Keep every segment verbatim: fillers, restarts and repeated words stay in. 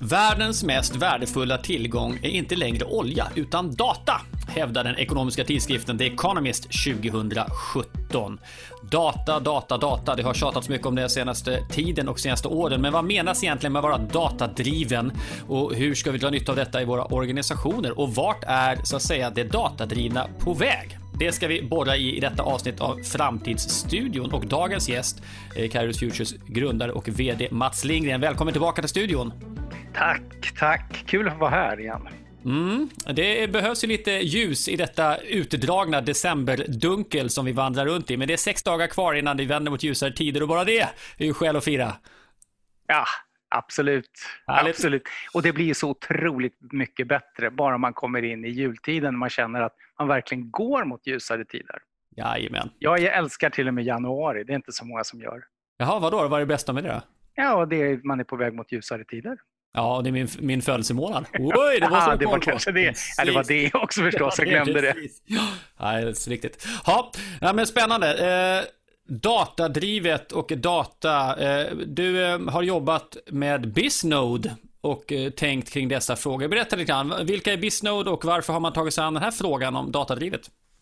Världens mest värdefulla tillgång är inte längre olja utan data, hävdar den ekonomiska tidskriften The Economist tjugohundrasjutton. Data, data, data, det har tjatats mycket om det senaste tiden och senaste åren, men vad menas egentligen med att vara datadriven och hur ska vi dra nytta av detta i våra organisationer och vart är så att säga det datadrivna på väg? Det ska vi borra i i detta avsnitt av Framtidsstudion och dagens gäst är Kairos Futures grundare och vd Mats Lindgren. Välkommen tillbaka till studion. Tack, tack. Kul att vara här igen. Mm, det behövs ju lite ljus i detta utdragna decemberdunkel som vi vandrar runt i. Men det är sex dagar kvar innan vi vänder mot ljusare tider och bara det är ju skäl att fira. Ja, absolut. absolut. Och det blir så otroligt mycket bättre bara man kommer in i jultiden. Man känner att man verkligen går mot ljusare tider. Jajamän. Jag älskar till och med januari. Det är inte så många som gör. Jaha, vadå? Vad är det bästa med det då? Ja, det är, man är på väg mot ljusare tider. Ja, det är min, min födelsemånad. Oj, det var så ah, det var kanske det. Ja, det var det också förstås, jag glömde det. Ja, det är så riktigt. Ja, ja men spännande. Eh, datadrivet och data. Eh, du eh, har jobbat med Bisnode och eh, tänkt kring dessa frågor. Berätta lite grann. Vilka är Bisnode och varför har man tagit sig an den här frågan om datadrivet?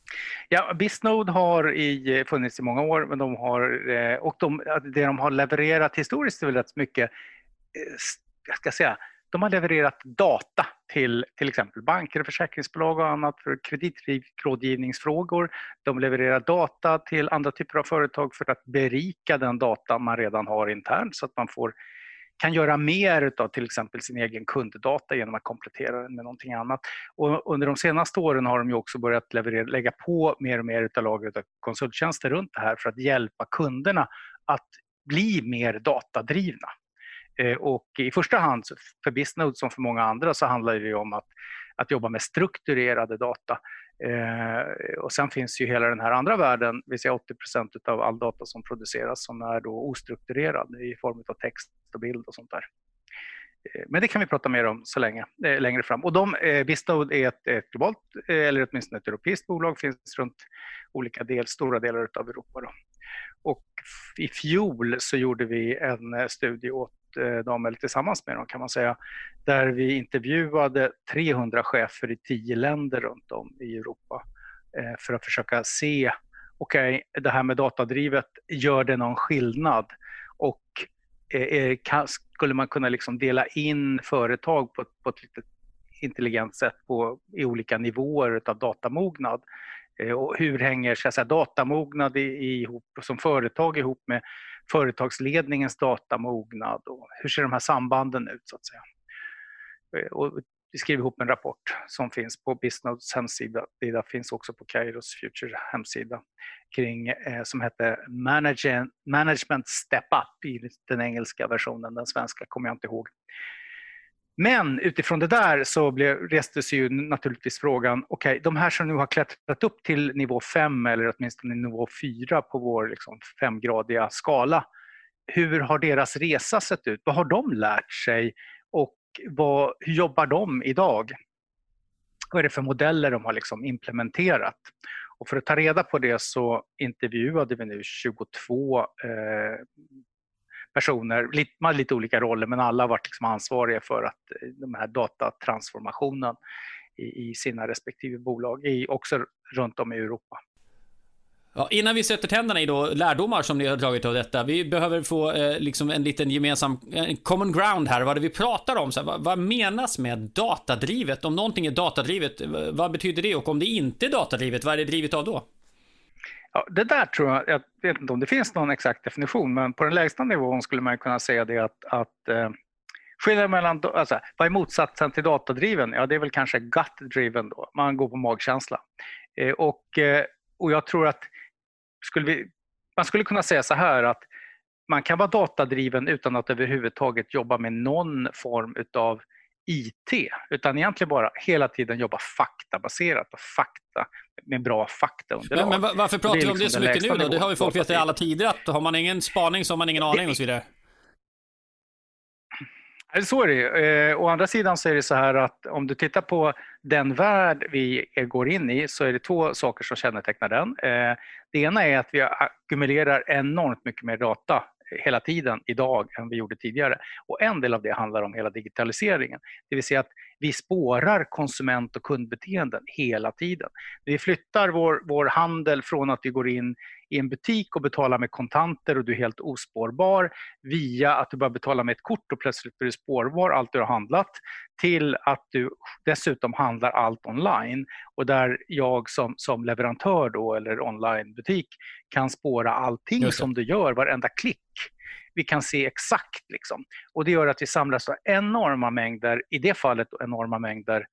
Ja, Bisnode har i, funnits i många år, men de har, eh, och de, det de har levererat historiskt är väl rätt mycket, eh, jag ska säga, de har levererat data till till exempel banker, försäkringsbolag och annat för kreditrådgivningsfrågor. De levererar data till andra typer av företag för att berika den data man redan har internt så att man får, kan göra mer av till exempel sin egen kunddata genom att komplettera den med någonting annat. Och under de senaste åren har de ju också börjat leverera, lägga på mer och mer av lager av konsulttjänster runt det här för att hjälpa kunderna att bli mer datadrivna. Och i första hand för Bisnode som för många andra så handlar det om att, att jobba med strukturerade data. Eh, och sen finns ju hela den här andra världen, vi säger åttio procent av all data som produceras som är då ostrukturerad i form av text och bild och sånt där. Eh, men det kan vi prata mer om så länge, eh, längre fram. Och de, eh, Bisnode är ett, ett globalt, eh, eller åtminstone ett europeiskt bolag, finns runt olika del, stora delar av Europa då. Och i fjol så gjorde vi en studie åt dem, eller tillsammans med dem kan man säga, där vi intervjuade trehundra chefer i tio länder runt om i Europa för att försöka se, okej, okay, det här med datadrivet, gör det någon skillnad? Och eh, kan, skulle man kunna liksom dela in företag på, på ett lite intelligent sätt på, i olika nivåer av datamognad? Och hur hänger så att säga, datamognad ihop som företag ihop med företagsledningens datamognad och hur ser de här sambanden ut så att säga. Och vi skriver ihop en rapport som finns på Bisnodes hemsida. Det finns också på Kairos Future hemsida kring eh, som heter Management, Management Step Up i den engelska versionen, den svenska kommer jag inte ihåg. Men utifrån det där så blev, restes ju naturligtvis frågan, okej, okay, de här som nu har klättrat upp till nivå fem eller åtminstone nivå fyra på vår liksom, femgradiga skala, hur har deras resa sett ut? Vad har de lärt sig och vad, hur jobbar de idag? Vad är det för modeller de har liksom implementerat? Och för att ta reda på det så intervjuade vi nu tjugotvå eh, personer, lite, med lite olika roller, men alla har varit liksom ansvariga för att de här datatransformationen i, i sina respektive bolag, i, också runt om i Europa. Ja, innan vi sätter tänderna i då lärdomar som ni har dragit av detta, vi behöver få eh, liksom en liten gemensam en common ground här, vad det vi pratar om. Så här, vad, vad menas med datadrivet? Om någonting är datadrivet, vad betyder det? Och om det inte är datadrivet, vad är det drivet av då? Ja, det där tror jag, jag vet inte om det finns någon exakt definition, men på den lägsta nivån skulle man kunna säga det att, att eh, skillnaden mellan, alltså, vad är motsatsen till datadriven? Ja, det är väl kanske gut-driven då, man går på magkänsla. Eh, och, eh, och jag tror att skulle vi, man skulle kunna säga så här att man kan vara datadriven utan att överhuvudtaget jobba med någon form utav I T, utan egentligen bara hela tiden jobba faktabaserat och fakta med bra faktaunderlag. Men, men varför pratar vi om liksom det så mycket nu då? Det har ju folk vetat i alla tider att har man ingen spaning så har man ingen aning och så vidare. Så är det. Eh, å andra sidan så är det så här att om du tittar på den värld vi går in i så är det två saker som kännetecknar den. Eh, det ena är att vi ackumulerar enormt mycket mer data hela tiden idag än vi gjorde tidigare. Och en del av det handlar om hela digitaliseringen. Det vill säga att vi spårar konsument- och kundbeteenden hela tiden. Vi flyttar vår, vår handel från att vi går in i en butik och betalar med kontanter och du är helt ospårbar, via att du bara betalar med ett kort och plötsligt blir du spårbar allt du har handlat, till att du dessutom handlar allt online, och där jag som, som leverantör då, eller onlinebutik, kan spåra allting som du gör, varenda klick. Vi kan se exakt liksom. Och det gör att vi samlar så enorma mängder, i det fallet enorma mängder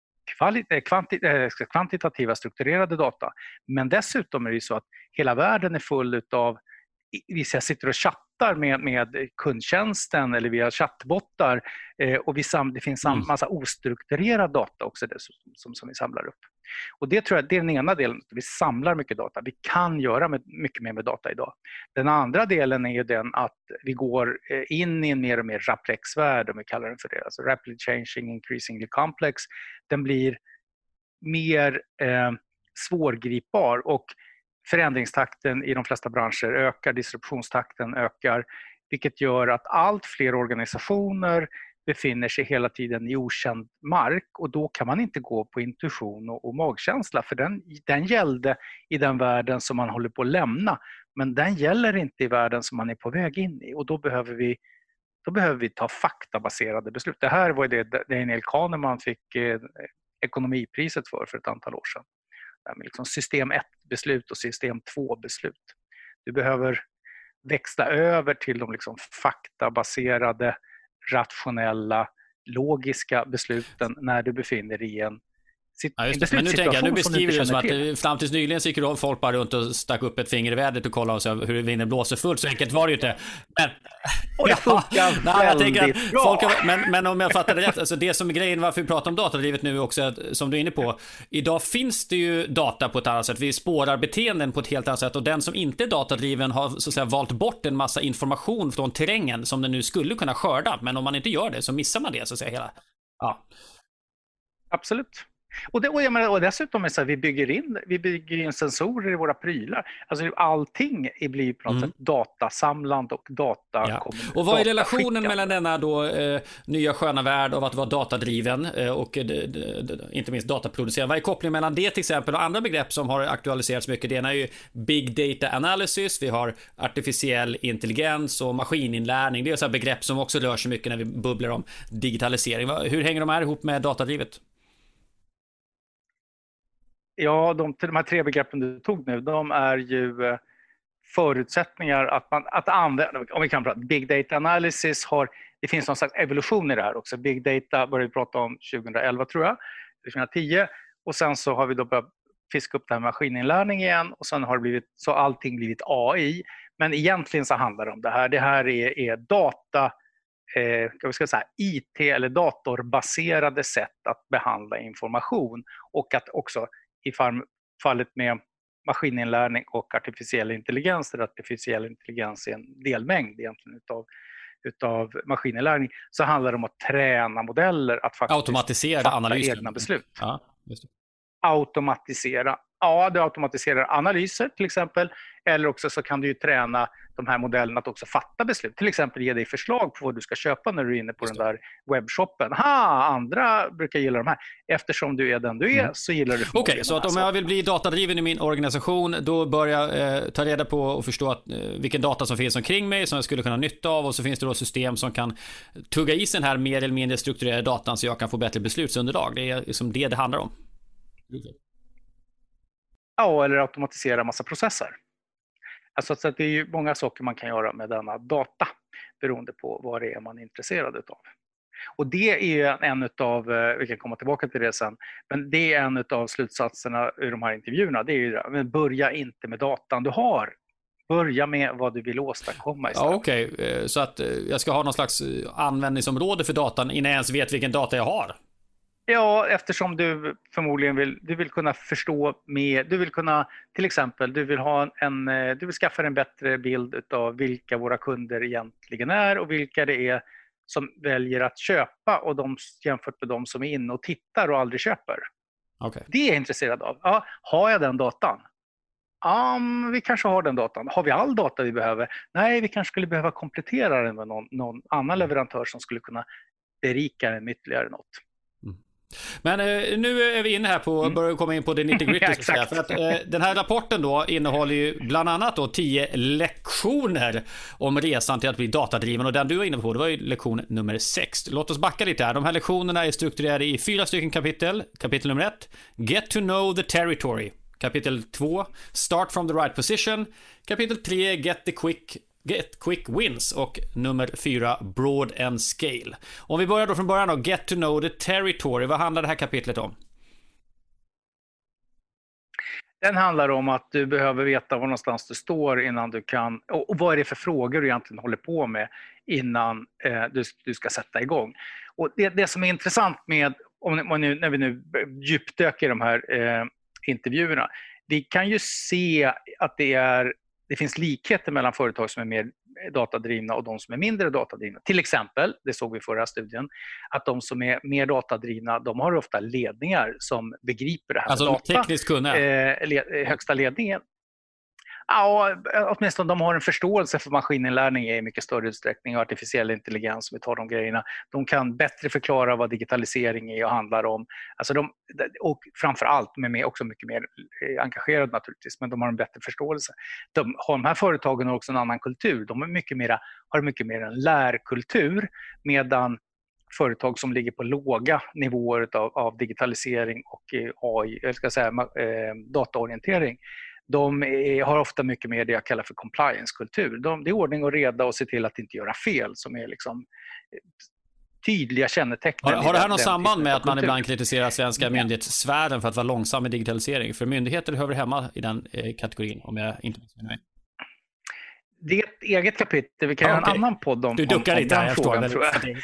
kvantitativa strukturerade data. Men dessutom är det ju så att hela världen är full av, vi sitter och chattar med, med kundtjänsten eller via chattbottar, eh, och vi sam, det finns en massa ostrukturerad data också det, som, som, som vi samlar upp. Och det tror jag det är den ena delen, vi samlar mycket data. Vi kan göra med, mycket mer med data idag. Den andra delen är ju den att vi går in i en mer och mer raplex-värld, om vi kallar den för det. Alltså rapidly changing, increasingly complex. Den blir mer eh, svårgripbar, och förändringstakten i de flesta branscher ökar, disruptionstakten ökar, vilket gör att allt fler organisationer befinner sig hela tiden i okänd mark, och då kan man inte gå på intuition och, och magkänsla, för den, den gällde i den världen som man håller på att lämna, men den gäller inte i världen som man är på väg in i, och då behöver vi, då behöver vi ta faktabaserade beslut. Det här var det Daniel Kahneman fick eh, ekonomipriset för för ett antal år sedan. Det här med liksom system ett-beslut och system två-beslut. Du behöver växla över till de liksom faktabaserade, rationella, logiska besluten när du befinner dig i en Ja, just det. Men nu tänker jag, nu beskriver du det som att fram tills nyligen så gick det folk bara runt och stack upp ett finger i vädret och kollade och så hur vinden blåser fullt. Så enkelt var det ju inte. Men, och det funkar ja, nej, jag tänker att folk har, men, men om jag fattar det rätt, alltså det som är grejen varför vi pratar om datadrivet nu också, att, som du är inne på, idag finns det ju data på ett annat sätt. Vi spårar beteenden på ett helt annat sätt, och den som inte är datadriven har så att säga valt bort en massa information från terrängen som den nu skulle kunna skörda. Men om man inte gör det så missar man det, så att säga, hela. Ja. Absolut. Och, det, och, jag menar, och dessutom är så här, vi bygger in vi bygger in sensorer i våra prylar. Alltså allting blir på något mm. sätt datasamlande och data. Ja. Och vad är relationen mellan denna då eh, nya sköna värld av att vara datadriven eh, och eh, d, d, inte minst dataproducerad? Vad är kopplingen mellan det till exempel och andra begrepp som har aktualiserats mycket? Det ena är ju big data analysis, vi har artificiell intelligens och maskininlärning. Det är så här begrepp som också rör sig mycket när vi bubblar om digitalisering. Hur hänger de här ihop med datadrivet? Ja, de, de här tre begreppen du tog nu, de är ju förutsättningar att man att använda, om vi kan prata big data analysis, har, det finns någon slags evolution i det här också. Big data började vi prata om tjugoelva tror jag, tjugohundratio, och sen så har vi då börjat fiska upp det här med maskininlärning igen, och sen har det blivit, så allting blivit A I. Men egentligen så handlar det om det här. Det här är, är data, eh, jag ska säga I T eller datorbaserade sätt att behandla information, och att också i fallet med maskininlärning och artificiell intelligens, där artificiell intelligens är en delmängd egentligen utav, utav maskininlärning, så handlar det om att träna modeller att faktiskt automatisera fatta analysen. Egna beslut. Ja, just det. Automatisera. Ja, du automatiserar analyser till exempel, eller också så kan du ju träna de här modellerna att också fatta beslut. Till exempel ge dig förslag på vad du ska köpa när du är inne på den där webbshoppen. Ha, andra brukar gilla de här. Eftersom du är den du är mm. så gillar du. Okej, okay, så att om jag vill bli datadriven i min organisation, då bör jag eh, ta reda på och förstå att, eh, vilken data som finns omkring mig som jag skulle kunna ha nytta av, och så finns det då system som kan tugga i sig den här mer eller mindre strukturerade datan så jag kan få bättre beslutsunderlag. Det är liksom det det handlar om. Okay. Ja, eller automatisera massa processer. Alltså så att det är ju många saker man kan göra med denna data beroende på vad det är man är intresserad utav. Och det är en utav, vi kan komma tillbaka till det sen, men det är en utav slutsatserna ur de här intervjuerna. Det är ju det, men börja inte med datan du har. Börja med vad du vill åstadkomma istället. Ja, okej. Okay. Så att jag ska ha någon slags användningsområde för datan innan jag ens vet vilken data jag har? Ja, eftersom du förmodligen vill, du vill kunna förstå mer, du vill kunna, till exempel, du vill ha en, du vill skaffa en bättre bild av vilka våra kunder egentligen är och vilka det är som väljer att köpa, och de jämfört med de som är inne och tittar och aldrig köper. Okay. Det är jag intresserad av. Ja, har jag den datan? Ja, vi kanske har den datan. Har vi all data vi behöver? Nej, vi kanske skulle behöva komplettera den med någon, någon annan leverantör som skulle kunna berika den med ytterligare något. Mm. Men eh, nu är vi inne här på, mm. börjar komma in på det nitty-gritty. Ja, för att eh, den här rapporten då innehåller ju bland annat då tio lektioner om resan till att bli datadriven, och den du var inne på, det var ju lektion nummer sex. Låt oss backa lite här. De här lektionerna är strukturerade i fyra stycken kapitel. Kapitel nummer ett, Get to know the territory. Kapitel två, Start from the right position. Kapitel tre, Get the quick Get quick wins, och nummer fyra, Broad and scale. Om vi börjar då från början då, Get to know the territory. Vad handlar det här kapitlet om? Den handlar om att du behöver veta var någonstans du står innan du kan, och vad är det för frågor du egentligen håller på med innan eh, du, du ska sätta igång. Och det, det som är intressant med, om, om nu, när vi nu djupdöker i de här eh, intervjuerna, vi kan ju se att det är Det finns likheter mellan företag som är mer datadrivna och de som är mindre datadrivna. Till exempel, det såg vi i förra studien, att de som är mer datadrivna, de har ofta ledningar som begriper det här alltså med data. Alltså tekniskt kunna? Eh, le- högsta ledningen. Ja, åtminstone de har en förståelse för maskininlärning i mycket större utsträckning och artificiell intelligens, om vi tar de grejerna. De kan bättre förklara vad digitalisering är och handlar om. Alltså de, och framförallt, de är också mycket mer engagerade naturligtvis, men de har en bättre förståelse. De, de här företagen har också en annan kultur. De är mycket mera, har mycket mer en lärkultur, medan företag som ligger på låga nivåer av, av digitalisering och A I, jag ska säga, eh, dataorientering, de är, har ofta mycket mer det jag kallar för compliance-kultur. De, det är ordning och reda och se till att inte göra fel som är liksom tydliga kännetecken. Har, har det här något samband med att man ibland kritiserar svenska myndighetssfären för att vara långsam i digitalisering? För myndigheter hör hemma i den eh, kategorin, om jag inte minns mig. Det är ett eget kapitel. Vi kan ah, göra okay. en annan podd om, du duckar om, om inte, den jag frågan. Tror jag.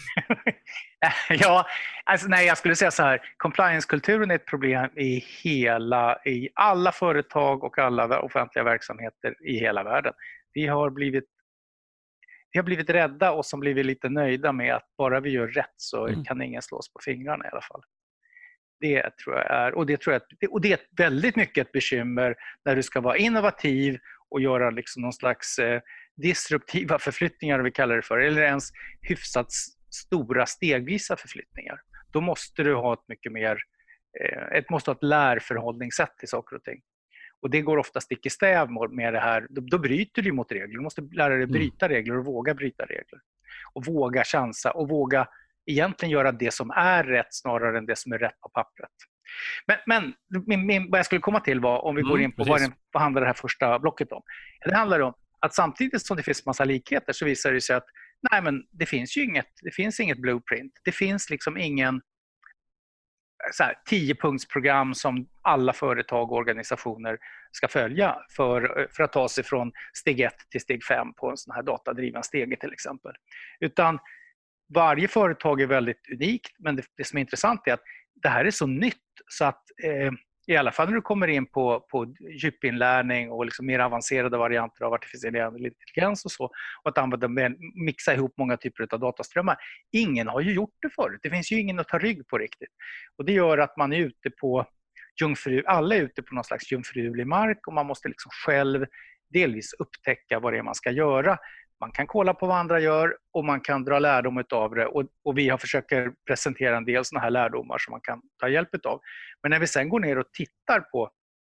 ja, alltså nej, jag skulle säga så här. Compliance-kulturen är ett problem i, hela, i alla företag och alla offentliga verksamheter i hela världen. Vi har blivit, vi har blivit rädda och som blivit lite nöjda med att bara vi gör rätt så mm. kan ingen slås på fingrarna i alla fall. Det tror jag är, och det tror jag, och det är väldigt mycket ett bekymmer när du ska vara innovativ och göra liksom någon slags eh, disruptiva förflyttningar, vi kallar det för, eller ens hyfsat stora stegvisa förflyttningar. Då måste du ha ett mycket mer, eh, ett måste ha ett lärförhållningssätt till saker och ting. Och det går ofta stick i stäv med det här. Då, då bryter du mot regler. Du måste lära dig bryta regler och våga bryta regler. Och våga chansa och våga egentligen göra det som är rätt snarare än det som är rätt på pappret. Men, men min, min, vad jag skulle komma till var, om vi mm, går in på vad, vad handlar det här första blocket om. Det handlar om att samtidigt som det finns massa likheter så visar det sig att nej, men det finns ju inget, det finns inget blueprint. Det finns liksom ingen så här, tiopunktsprogram som alla företag och organisationer ska följa för, för att ta sig från steg ett till steg fem på en sån här datadriven stege till exempel. Utan varje företag är väldigt unikt, men det, det som är intressant är att det här är så nytt så att eh, i alla fall när du kommer in på, på djupinlärning och liksom mer avancerade varianter av artificiell intelligens och så, och att använda, mixa ihop många typer av dataströmmar. Ingen har ju gjort det förut. Det finns ju ingen att ta rygg på riktigt. Och det gör att man är ute på jungfru, alla är ute på någon slags jungfrulig mark och man måste liksom själv delvis upptäcka vad det är man ska göra. Man kan kolla på vad andra gör och man kan dra lärdom av det. Och, och vi har försöker presentera en del såna här lärdomar som man kan ta hjälp av. Men när vi sen går ner och tittar på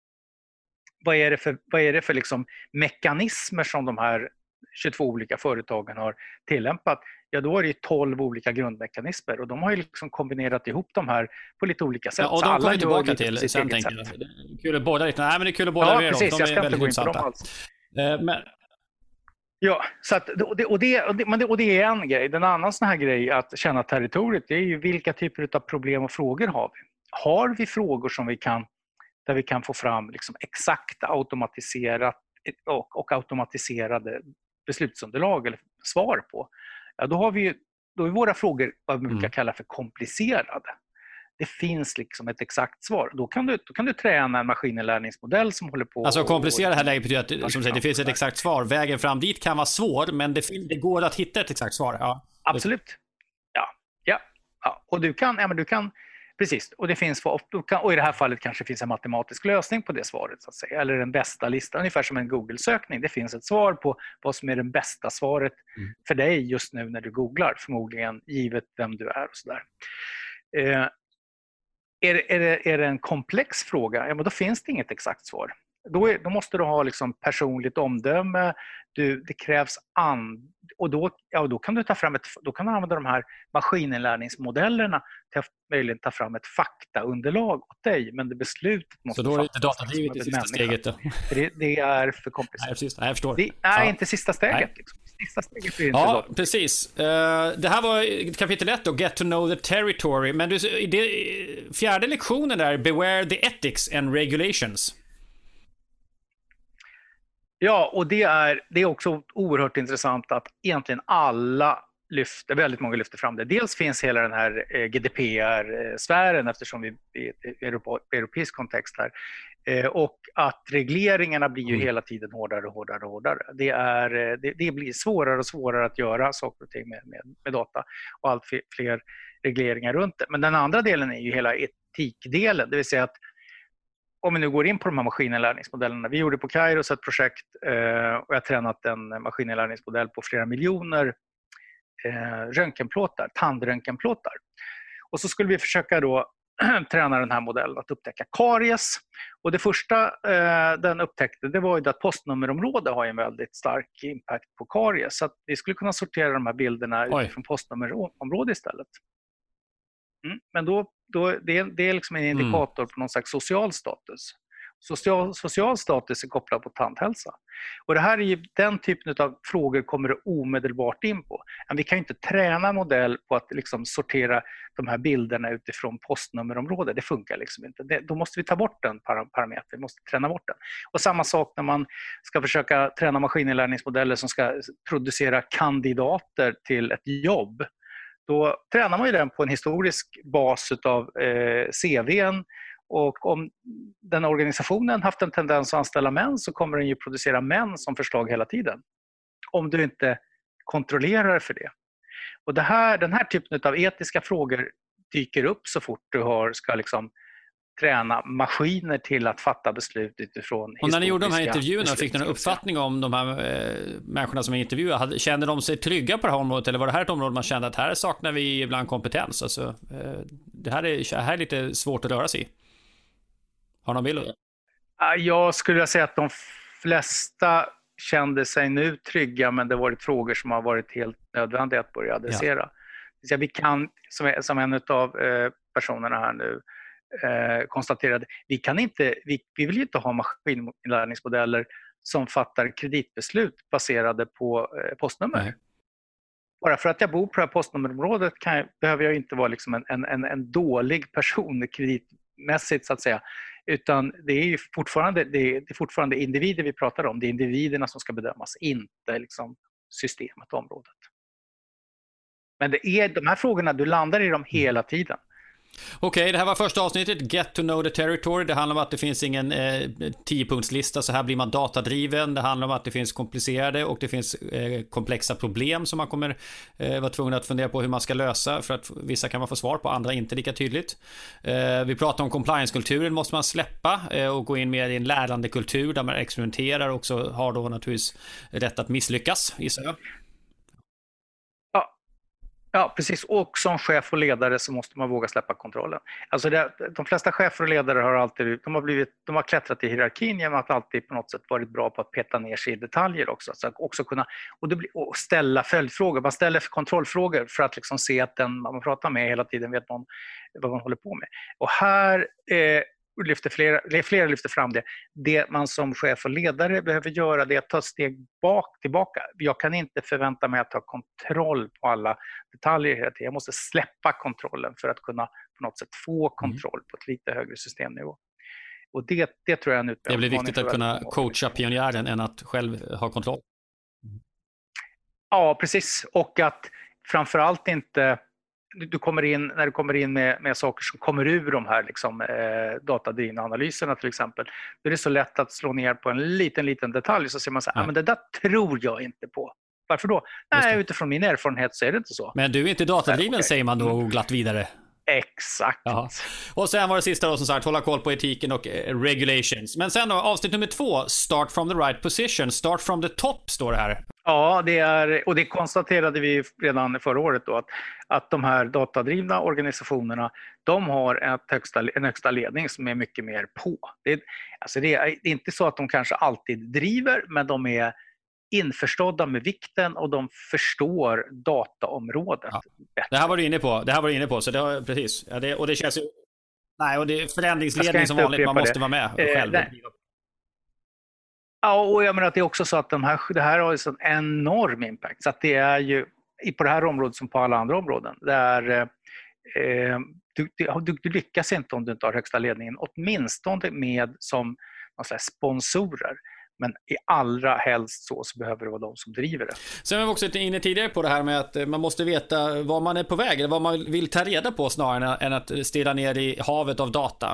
vad är det för, vad är det för liksom mekanismer som de här tjugotvå olika företagen har tillämpat, ja då är det tolv olika grundmekanismer och de har ju liksom kombinerat ihop de här på lite olika sätt. Ja, och de kommer vi tillbaka till sen tänker jag. Det är kul att båda lite. Nej, men det är kul att båda ja, med precis, dem. De jag ska är inte väldigt gå in på dem alls. Men... Ja, så att, och, det, och, det, och, det, och det är en grej. Den annan sån här grej att känna territoriet, det är ju vilka typer av problem och frågor har vi? Har vi frågor som vi kan, där vi kan få fram liksom exakt automatiserat och, och automatiserade beslutsunderlag eller svar på? Ja, då har vi då är våra frågor vad vi brukar mm. kalla för komplicerade. Det finns liksom ett exakt svar. Då kan du, då kan du träna en maskininlärningsmodell som håller på... Alltså komplicerad här läget betyder att som säger, det finns ett exakt svar. Vägen fram dit kan vara svår, men det, det går att hitta ett exakt svar. Ja. Absolut. Ja, ja, ja. Och du kan, ja, men du kan... Precis, och det finns och i det här fallet kanske finns en matematisk lösning på det svaret så att säga, eller den bästa listan, ungefär som en Google-sökning. Det finns ett svar på vad som är det bästa svaret mm. för dig just nu när du googlar, förmodligen givet vem du är och sådär. Eh, är, det, är, det, är det en komplex fråga? Ja, men då finns det inget exakt svar. Då, är, då måste du ha liksom personligt omdöme, du, det krävs an, och då, ja, då kan du ta fram ett, då kan du använda de här maskininlärningsmodellerna till att möjligen ta fram ett faktaunderlag åt dig, men det beslutet måste. Så då är det inte datadrivet i sista steget då? Det, det är för komplicerat. Nej, precis. Nej, jag förstår. Det, nej, ja. inte sista steget. Liksom. Sista steget är inte ja, datadrivet. Precis. Uh, det här var kapitel ett då, Get to know the territory. Men du, i det, fjärde lektionen där, Beware the ethics and regulations. Ja, och det är, det är också oerhört intressant att egentligen alla lyfter, väldigt många lyfter fram det. Dels finns hela den här G D P R-sfären eftersom vi är i europeisk kontext här. Och att regleringarna blir ju mm. hela tiden hårdare och hårdare och hårdare. Det, är, det, det blir svårare och svårare att göra saker och ting med, med, med data och allt fler regleringar runt det. Men den andra delen är ju hela etikdelen, det vill säga att om vi nu går in på de här maskininlärningsmodellerna. Vi gjorde på Kairos ett projekt eh, och jag har tränat en maskininlärningsmodell på flera miljoner eh, röntgenplåtar, tandröntgenplåtar. Och så skulle vi försöka då träna den här modellen att upptäcka karies. Och det första eh, den upptäckte, det var ju att postnummerområde har en väldigt stark impact på karies. Så att vi skulle kunna sortera de här bilderna Oj. utifrån postnummerområde istället. Mm. Men då, då, det, det är liksom en indikator mm. på någon slags social status. Social, social status är kopplad på tandhälsa. Och det här är ju, den typen av frågor kommer det omedelbart in på. Men vi kan ju inte träna en modell på att liksom sortera de här bilderna utifrån postnummerområde. Det funkar liksom inte. Det, då måste vi ta bort den parametern. Vi måste träna bort den. Och samma sak när man ska försöka träna maskininlärningsmodeller som ska producera kandidater till ett jobb. Då tränar man ju den på en historisk bas av eh, C V:n. Och om den organisationen haft en tendens att anställa män så kommer den ju producera män som förslag hela tiden. Om du inte kontrollerar för det. Och det här, den här typen av etiska frågor dyker upp så fort du har, ska liksom träna maskiner till att fatta beslut utifrån historiska. Och när ni gjorde de här intervjuerna, fick ni en uppfattning om de här eh, människorna som är intervjuade? Kände de sig trygga på det här området eller var det här ett område man kände att här saknar vi ibland kompetens? Alltså, eh, det här är, det här är lite svårt att röra sig i. Har någon bild? Jag skulle säga att de flesta kände sig nu trygga, men det har varit frågor som har varit helt nödvändiga att börja adressera. Ja. Vi kan, som en av personerna här nu eh, konstaterade, vi, kan inte, vi, vi vill ju inte ha maskininlärningsmodeller som fattar kreditbeslut baserade på eh, postnummer. Nej. Bara för att jag bor på det här postnummerområdet kan jag, behöver jag inte vara liksom en, en, en dålig person kreditmässigt så att säga. Utan det är ju fortfarande, det är, det är fortfarande individer vi pratar om. Det är individerna som ska bedömas, inte liksom systemet, området. Men det är de här frågorna, du landar i dem hela tiden. Okej, okay, det här var första avsnittet, Get to know the territory. Det handlar om att det finns ingen eh, tio-punktslista, så här blir man datadriven. Det handlar om att det finns komplicerade och det finns eh, komplexa problem som man kommer eh, vara tvungen att fundera på hur man ska lösa, för att vissa kan man få svar på, andra inte lika tydligt. Eh, vi pratar om compliance-kulturen, måste man släppa eh, och gå in mer i en lärandekultur där man experimenterar och också har då naturligtvis rätt att misslyckas, gissar jag. Ja, precis. Och som chef och ledare så måste man våga släppa kontrollen. Alltså det, de flesta chefer och ledare har alltid de har, blivit, de har klättrat i hierarkin genom att alltid på något sätt varit bra på att peta ner sig i detaljer också. Så också kunna, och, det blir, och ställa följdfrågor. Man ställer kontrollfrågor för att liksom se att den man pratar med hela tiden vet man vad man håller på med. Och här eh, lyfter flera, flera lyfter fram det. Det man som chef och ledare behöver göra, det är att ta ett steg bak, tillbaka. Jag kan inte förvänta mig att ha kontroll på alla detaljer. Jag måste släppa kontrollen för att kunna på något sätt få kontroll på ett lite högre systemnivå. Och det, det tror jag är en utmaning. Det blir viktigt att kunna coacha pionjären än att själv ha kontroll. Ja, precis. Och att framförallt inte Du kommer in, när du kommer in med, med saker som kommer ur de här liksom, eh, datadrivna analyserna till exempel, då är det så lätt att slå ner på en liten, liten detalj, så ser man så här, ah, men det där tror jag inte på. Varför då? Nej, utifrån min erfarenhet så är det inte så. Men du är inte datadriven, okay. Säger man då glatt vidare. Exakt. Jaha. Och sen var det sista då, som sagt, hålla koll på etiken och eh, regulations. Men sen då, avsnitt nummer två, start from the right position, start from the top, står det här. Ja, det är, och det konstaterade vi redan förra året då, att, att de här datadrivna organisationerna, de har ett högsta, en högsta ledning som är mycket mer på. Det, alltså det är inte så att de kanske alltid driver, men de är införstådda med vikten och de förstår dataområdet. Ja. Det här var du inne på, det här var du inne på, så det har, precis. Ja, det, och det känns ju, nej, och det är förändringsledning som vanligt, man måste det. vara med själv. Eh, Ja, och jag menar att det är också så att de här, det här har en enorm impact. Så att det är ju på det här området som på alla andra områden. Där, eh, du, du, du lyckas inte om du inte har högsta ledningen, åtminstone med som säga, sponsorer. Men i allra helst så, så behöver det vara de som driver det. Sen var vi också inne tidigare på det här med att man måste veta var man är på väg, eller vad man vill ta reda på snarare än att stirra ner i havet av data.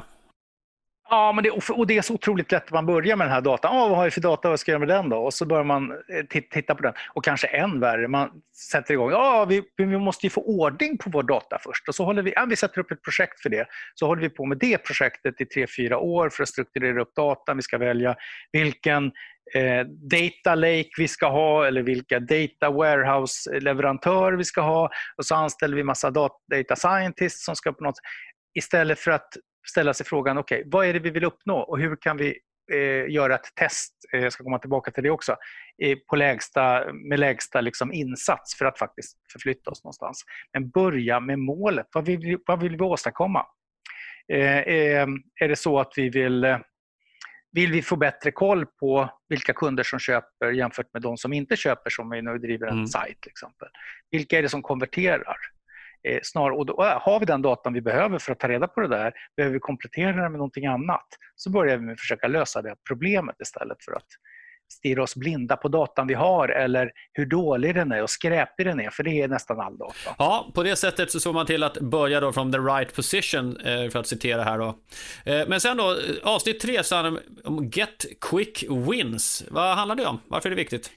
Ja, men det, och det är så otroligt lätt att man börjar med den här datan. Oh, vad har jag för data, vad ska jag göra med den då? Och så börjar man titta på den. Och kanske än värre, man sätter igång. Ja, vi, vi måste ju få ordning på vår data först. Och så håller vi, ja, vi sätter upp ett projekt för det. Så håller vi på med det projektet i tre, fyra år för att strukturera upp datan. Vi ska välja vilken eh, data lake vi ska ha eller vilka data warehouse-leverantör vi ska ha. Och så anställer vi massa data scientists som ska på något... Istället för att ställa sig frågan, okej, okay, vad är det vi vill uppnå och hur kan vi eh, göra ett test, eh, jag ska komma tillbaka till det också, eh, på lägsta, med lägsta liksom insats för att faktiskt förflytta oss någonstans. Men börja med målet, vad vill, vad vill vi åstadkomma? Eh, eh, är det så att vi vill, eh, vill vi få bättre koll på vilka kunder som köper jämfört med de som inte köper, som vi nu driver en mm. sajt till exempel. Vilka är det som konverterar? Eh, snar, och då, äh, har vi den datan vi behöver för att ta reda på det där, behöver vi komplettera det med någonting annat, så börjar vi med att försöka lösa det problemet istället för att stirra oss blinda på datan vi har eller hur dålig den är och skräpig den är, för det är nästan all data. Ja, på det sättet så såg man till att börja då from the right position, för att citera här då. Men sen då, avsnitt tre så handlar om get quick wins. Vad handlar det om? Varför är det viktigt?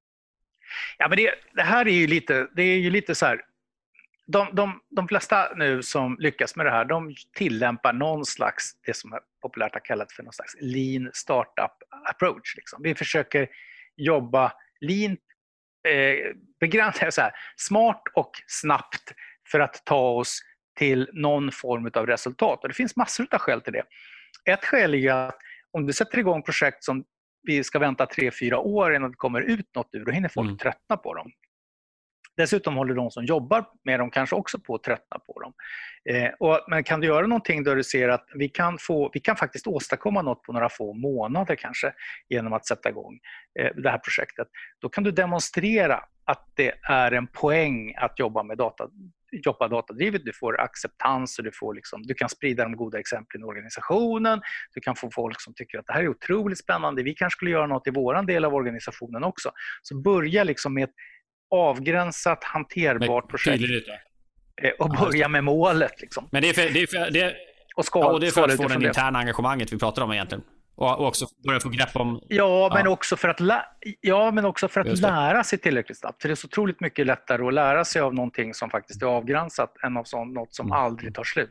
Ja, men det, det här är ju lite, det är ju lite så här. De, de, de flesta nu som lyckas med det här, de tillämpar någon slags, det som är populärt har kallat för någon slags lean startup approach. Liksom. Vi försöker jobba lean, eh, begränsat, så här, smart och snabbt för att ta oss till någon form av resultat. Och det finns massor av skäl till det. Ett skäl är att om du sätter igång projekt som vi ska vänta tre, fyra år innan det kommer ut något ur, då hinner folk mm. tröttna på dem. Dessutom håller de som jobbar med dem kanske också på att tröttna på dem. Eh, och, men kan du göra någonting där du ser att vi kan, få, vi kan faktiskt åstadkomma något på några få månader kanske genom att sätta igång eh, det här projektet. Då kan du demonstrera att det är en poäng att jobba med data, jobba datadrivet. Du får acceptans och du, får liksom, du kan sprida de goda exemplen i organisationen. Du kan få folk som tycker att det här är otroligt spännande. Vi kanske skulle göra något i våran del av organisationen också. Så börja liksom med ett avgränsat, hanterbart projekt. Och börja med målet. Liksom. Men det är för, det är för, det är, och ska, ja, och det är för att få det interna engagemanget vi pratar om egentligen. Och, och också börja få grepp om... Ja, men ja. också för att, lä- ja, men också för att lära sig tillräckligt snabbt. För det är så otroligt mycket lättare att lära sig av någonting som faktiskt är avgränsat än av sånt, något som mm. aldrig tar slut.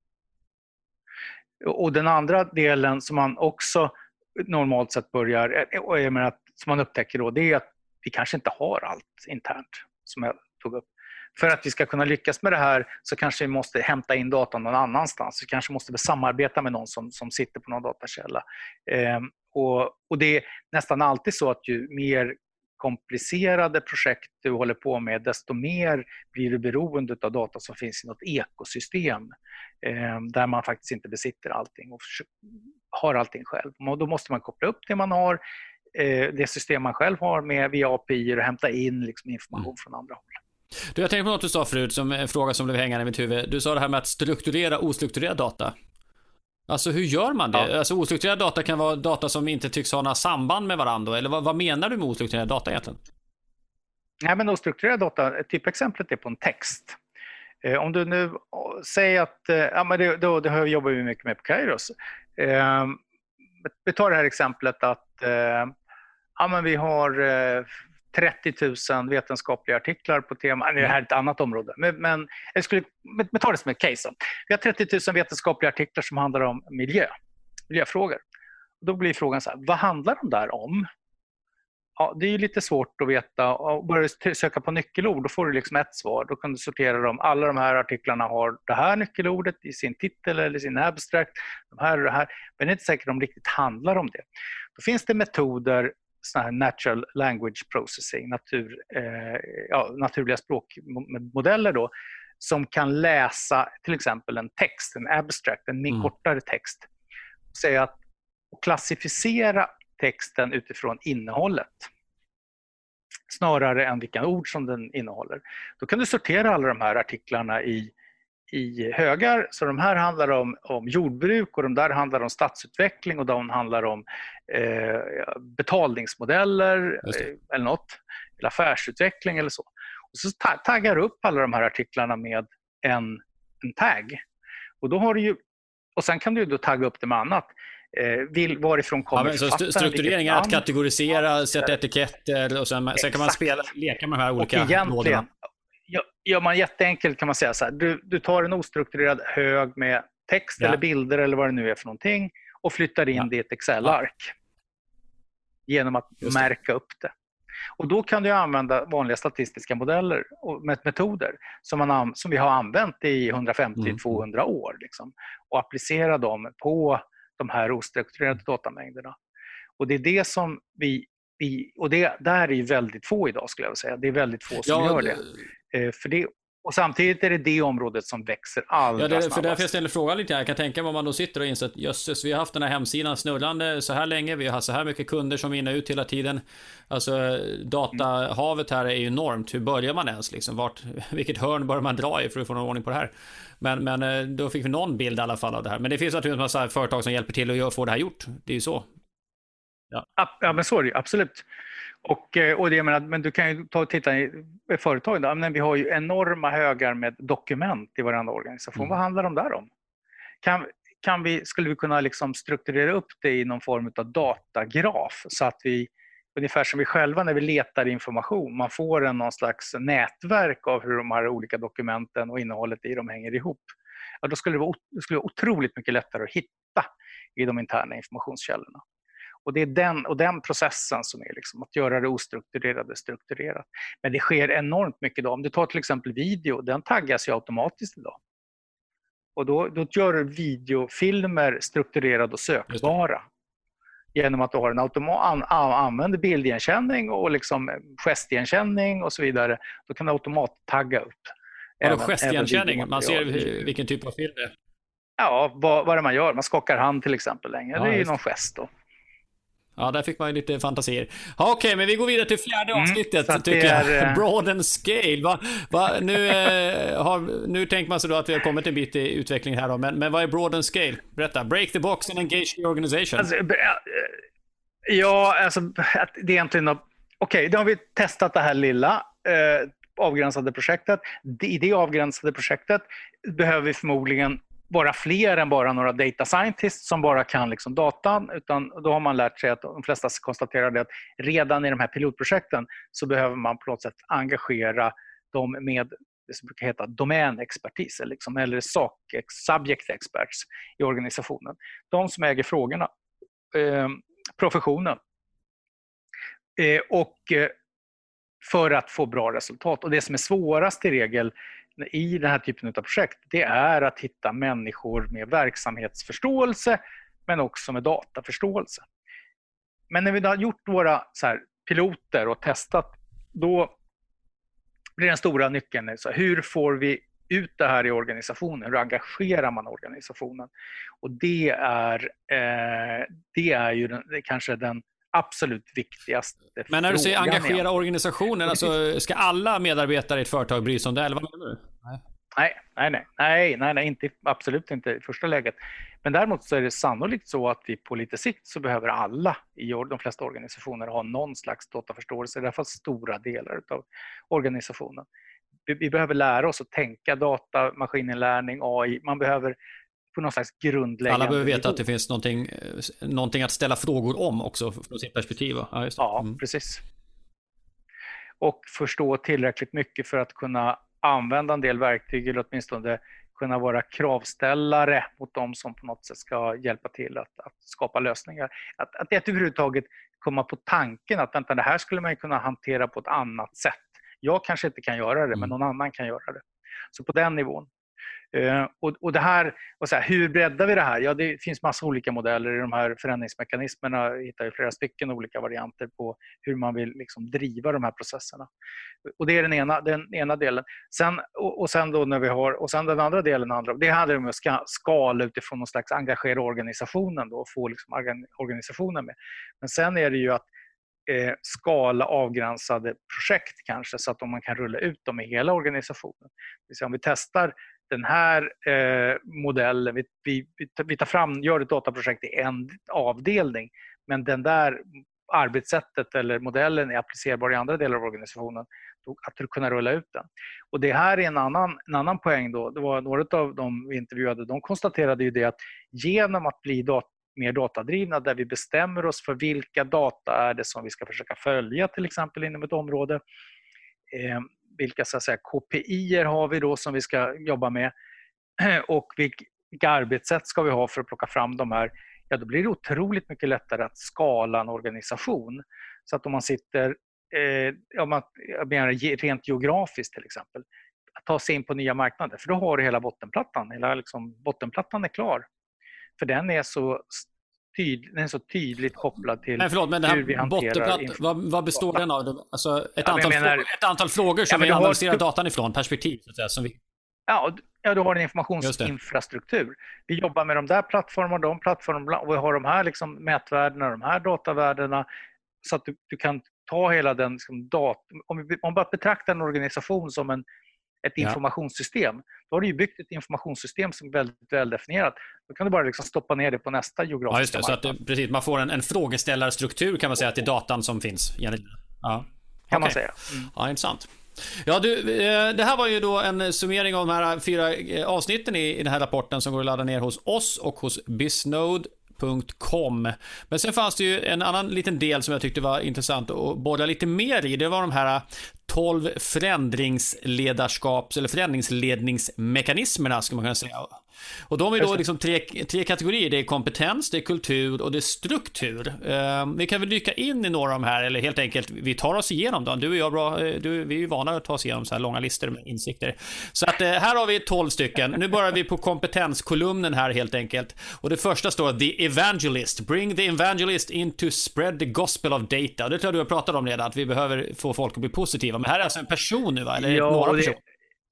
Och den andra delen som man också normalt sett börjar, och jag menar, som man upptäcker då, det är att vi kanske inte har allt internt som jag tog upp. För att vi ska kunna lyckas med det här så kanske vi måste hämta in datan någon annanstans. Vi kanske måste samarbeta med någon som, som sitter på någon datakälla. Eh, och, och det är nästan alltid så att ju mer komplicerade projekt du håller på med, desto mer blir du beroende av data som finns i något ekosystem. Eh, där man faktiskt inte besitter allting och har allting själv. Och då måste man koppla upp det man har, det system man själv har med via A P I och hämta in liksom information mm. från andra håll. Du, jag tänkte på något du sa förut som en fråga som blev hängande i mitt huvud. Du sa det här med att strukturera ostrukturerad data. Alltså hur gör man det? Ja. Alltså ostrukturerad data kan vara data som inte tycks ha några samband med varandra. Eller vad, vad menar du med ostrukturerad data egentligen? Nej, men ostrukturerad data, typexemplet är på en text. Eh, om du nu säger att, eh, ja men det, då, det jobbar vi mycket med på Kairos. Eh, vi tar det här exemplet att eh, ja, men vi har eh, trettio tusen vetenskapliga artiklar på tema, det här är ett annat område, men, men jag skulle men ta det som ett case. Då. Vi har trettio tusen vetenskapliga artiklar som handlar om miljö, miljöfrågor. Då blir frågan så här, vad handlar de där om? Ja, det är ju lite svårt att veta. Och börjar du söka på nyckelord, då får du liksom ett svar. Då kan du sortera dem. Alla de här artiklarna har det här nyckelordet i sin titel eller sin abstract. De här och det här. Men det är inte säkert att de riktigt handlar om det. Då finns det metoder, såna här natural language processing, natur, eh, ja, naturliga språkmodeller då, som kan läsa till exempel en text, en abstract, en mm. kortare text. Och säga att och klassificera texten utifrån innehållet snarare än vilka ord som den innehåller. Då kan du sortera alla de här artiklarna i, i högar. Så de här handlar om, om jordbruk och de där handlar om stadsutveckling och de handlar om eh, betalningsmodeller eh, eller något, eller affärsutveckling eller så. Och så taggar du upp alla de här artiklarna med en, en tagg. Och då har du ju, och sen kan du då tagga upp det med annat. Eh, vill, varifrån kommer ja, så strukturering är att kategorisera, sätta etiketter och sen, sen kan man spela, leka med de här olika lådorna. Gör, gör man jätteenkelt kan man säga så här, du, du tar en ostrukturerad hög med text ja. eller bilder eller vad det nu är för någonting och flyttar in ja. det i ett Excel-ark ja. genom att märka upp det. Och då kan du använda vanliga statistiska modeller och metoder som, man, som vi har använt i hundrafemtio till tvåhundra mm. år liksom, och applicera dem på de här ostrukturerade datamängderna. Och det är det som vi, vi och det där är ju väldigt få idag skulle jag vilja säga. Det är väldigt få som ja, gör det. det. För det. Och samtidigt är det det området som växer allra ja, det, snabbast. För därför jag ställer frågan lite här. Jag kan tänka mig om man då sitter och inser att jösses, vi har haft den här hemsidan snurrande så här länge. Vi har haft så här mycket kunder som vinner ut hela tiden. Alltså datahavet här är ju enormt. Hur börjar man ens liksom? Vart, vilket hörn bör man dra i för att få någon ordning på det här? Men, men då fick vi någon bild i alla fall av det här. Men det finns naturligtvis en massa företag som hjälper till att få det här gjort. Det är ju så. Ja, ja men så är det ju, absolut. Och, och det menar, men du kan ju ta och titta i företag då. Men vi har ju enorma högar med dokument i varandra organisation. Mm. Vad handlar de där om? Kan, kan vi, skulle vi kunna liksom strukturera upp det i någon form av datagraf så att vi, ungefär som vi själva när vi letar information, man får en någon slags nätverk av hur de här olika dokumenten och innehållet i dem hänger ihop. Ja, då skulle det vara, det skulle vara otroligt mycket lättare att hitta i de interna informationskällorna. Och det är den, och den processen som är liksom att göra det ostrukturerade strukturerat. Men det sker enormt mycket idag. Om du tar till exempel video, den taggas ju automatiskt idag. Och då, då gör du videofilmer strukturerade och sökbara. Genom att du har en automa- an, an, använder bildigenkänning och liksom gestigenkänning och så vidare. Då kan du automattagga upp. Ja, även, gestigenkänning, även man ser vilken typ av film det är. Ja, vad, vad är det man gör? Man skakar hand till exempel länge. Ja, det är ju någon gest då. Ja, där fick man ju lite fantasier. Ja, okej, men vi går vidare till fjärde avsnittet, mm, tycker är, jag. Broad and scale. Va, va, nu, eh, har, nu tänker man sig då att vi har kommit en bit i utvecklingen här då. Men, men vad är broad and scale? Berätta. Break the box and engage the organization. Alltså, ja, alltså det är egentligen... Okej, okay, då har vi testat det här lilla eh, avgränsade projektet. I det avgränsade projektet behöver vi förmodligen bara fler än bara några data scientists som bara kan liksom datan, utan då har man lärt sig att de flesta konstaterade att redan i de här pilotprojekten så behöver man på något sätt engagera dem med det som brukar heta domänexpertis liksom, eller sak, subject experts i organisationen. De som äger frågorna, eh, professionen. Eh, och eh, för att få bra resultat. Och det som är svårast i regel i den här typen av projekt, det är att hitta människor med verksamhetsförståelse men också med dataförståelse. Men när vi har gjort våra så här, piloter och testat, då blir den stora nyckeln så här, hur får vi ut det här i organisationen? Hur engagerar man organisationen? Och det är, eh, det är ju den, det är kanske den absolut viktigaste. Men när du säger engagera organisationen, alltså, ska alla medarbetare i ett företag bry sig om det, eller vad menar du? Nej, nej, nej, nej, nej, nej inte, absolut inte i första läget. Men däremot så är det sannolikt så att vi på lite sikt så behöver alla i de flesta organisationer ha någon slags dataförståelse, i alla fall stora delar av organisationen. Vi, vi behöver lära oss att tänka data, maskininlärning, A I, man behöver på någon slags grundläggande... Alla behöver veta att det finns någonting, någonting att ställa frågor om också från sitt perspektiv. Ja, just det. Ja, mm. precis. och förstå tillräckligt mycket för att kunna använda en del verktyg eller åtminstone kunna vara kravställare mot de som på något sätt ska hjälpa till att, att skapa lösningar. Att, att det överhuvudtaget komma på tanken att vänta, det här skulle man kunna hantera på ett annat sätt. Jag kanske inte kan göra det, men någon annan kan göra det. Så på den nivån. Uh, och, och det här, och så här, hur breddar vi det här? Ja, det finns massa olika modeller i de här förändringsmekanismerna. Vi hittar ju flera stycken olika varianter på hur man vill liksom driva de här processerna. Och det är den ena, den ena delen. Sen, och, och sen då när vi har, och sen den andra delen, andra, det handlar om att ska, skala utifrån någon slags engagera organisationen då, och få liksom organisationen med. Men sen är det ju att eh, skala avgränsade projekt kanske, så att man kan rulla ut dem i hela organisationen. Det vill säga, om vi testar den här eh, modellen, vi, vi, vi tar fram, gör ett dataprojekt i en avdelning, men den där arbetssättet eller modellen är applicerbar i andra delar av organisationen, då, att du kunna rulla ut den. Och det här är en annan, en annan poäng då. Det var några av de vi intervjuade, de konstaterade ju det att genom att bli dat- mer datadrivna, där vi bestämmer oss för vilka data är det som vi ska försöka följa till exempel inom ett område, eh, vilka så att säga, K P I har vi då som vi ska jobba med och vilka, vilka arbetssätt ska vi ha för att plocka fram de här, ja då blir det otroligt mycket lättare att skala en organisation. Så att om man sitter, eh, om man, jag menar rent geografiskt till exempel, att ta sig in på nya marknader, för då har du hela bottenplattan, hela liksom, bottenplattan är klar. För den är så tydlig, den är så tydligt kopplad till men förlåt, men det här hur vi hanterar inf- vad, vad består den av? Alltså ett, ja, antal, menar, frågor, ett antal frågor som ja, vi analyserar har, datan ifrån, perspektiv så att säga, som vi... Ja, ja, du har en informationsinfrastruktur. Vi jobbar med de där plattformarna, de plattformarna, och vi har de här liksom mätvärdena, de här datavärdena, så att du, du kan ta hela den liksom, dat- om vi om bara betraktar en organisation som en, ett ja. informationssystem, då har du ju byggt ett informationssystem som är väldigt väldefinierat. Då kan du bara liksom stoppa ner det på nästa geografiska ja, just det. Så att det, precis, man får en, en frågeställarstruktur kan man säga till datan som finns. Ja. Kan okay. man säga. Mm. Ja, intressant. Ja, du, det här var ju då en summering av de här fyra avsnitten i den här rapporten som går att ladda ner hos oss och hos Bisnode punkt com. Men sen fanns det ju en annan liten del som jag tyckte var intressant att borra lite mer i. Det var de här tolv förändringsledarskaps eller förändringsledningsmekanismerna ska man kunna säga. Och de är då liksom tre, tre kategorier. Det är kompetens, det är kultur och det är struktur. Uh, vi kan väl dyka in i några av de här, eller helt enkelt vi tar oss igenom dem. Du och jag bra, du, vi är ju vana att ta oss igenom så här långa listor med insikter. Så att uh, här har vi tolv stycken. Nu börjar vi på kompetenskolumnen här helt enkelt. Och det första står The Evangelist. Bring the evangelist in to spread the gospel of data. Och det tror jag du har pratat om redan, att vi behöver få folk att bli positiva. Men här är alltså en person nu, va? Eller ja, några det... personer?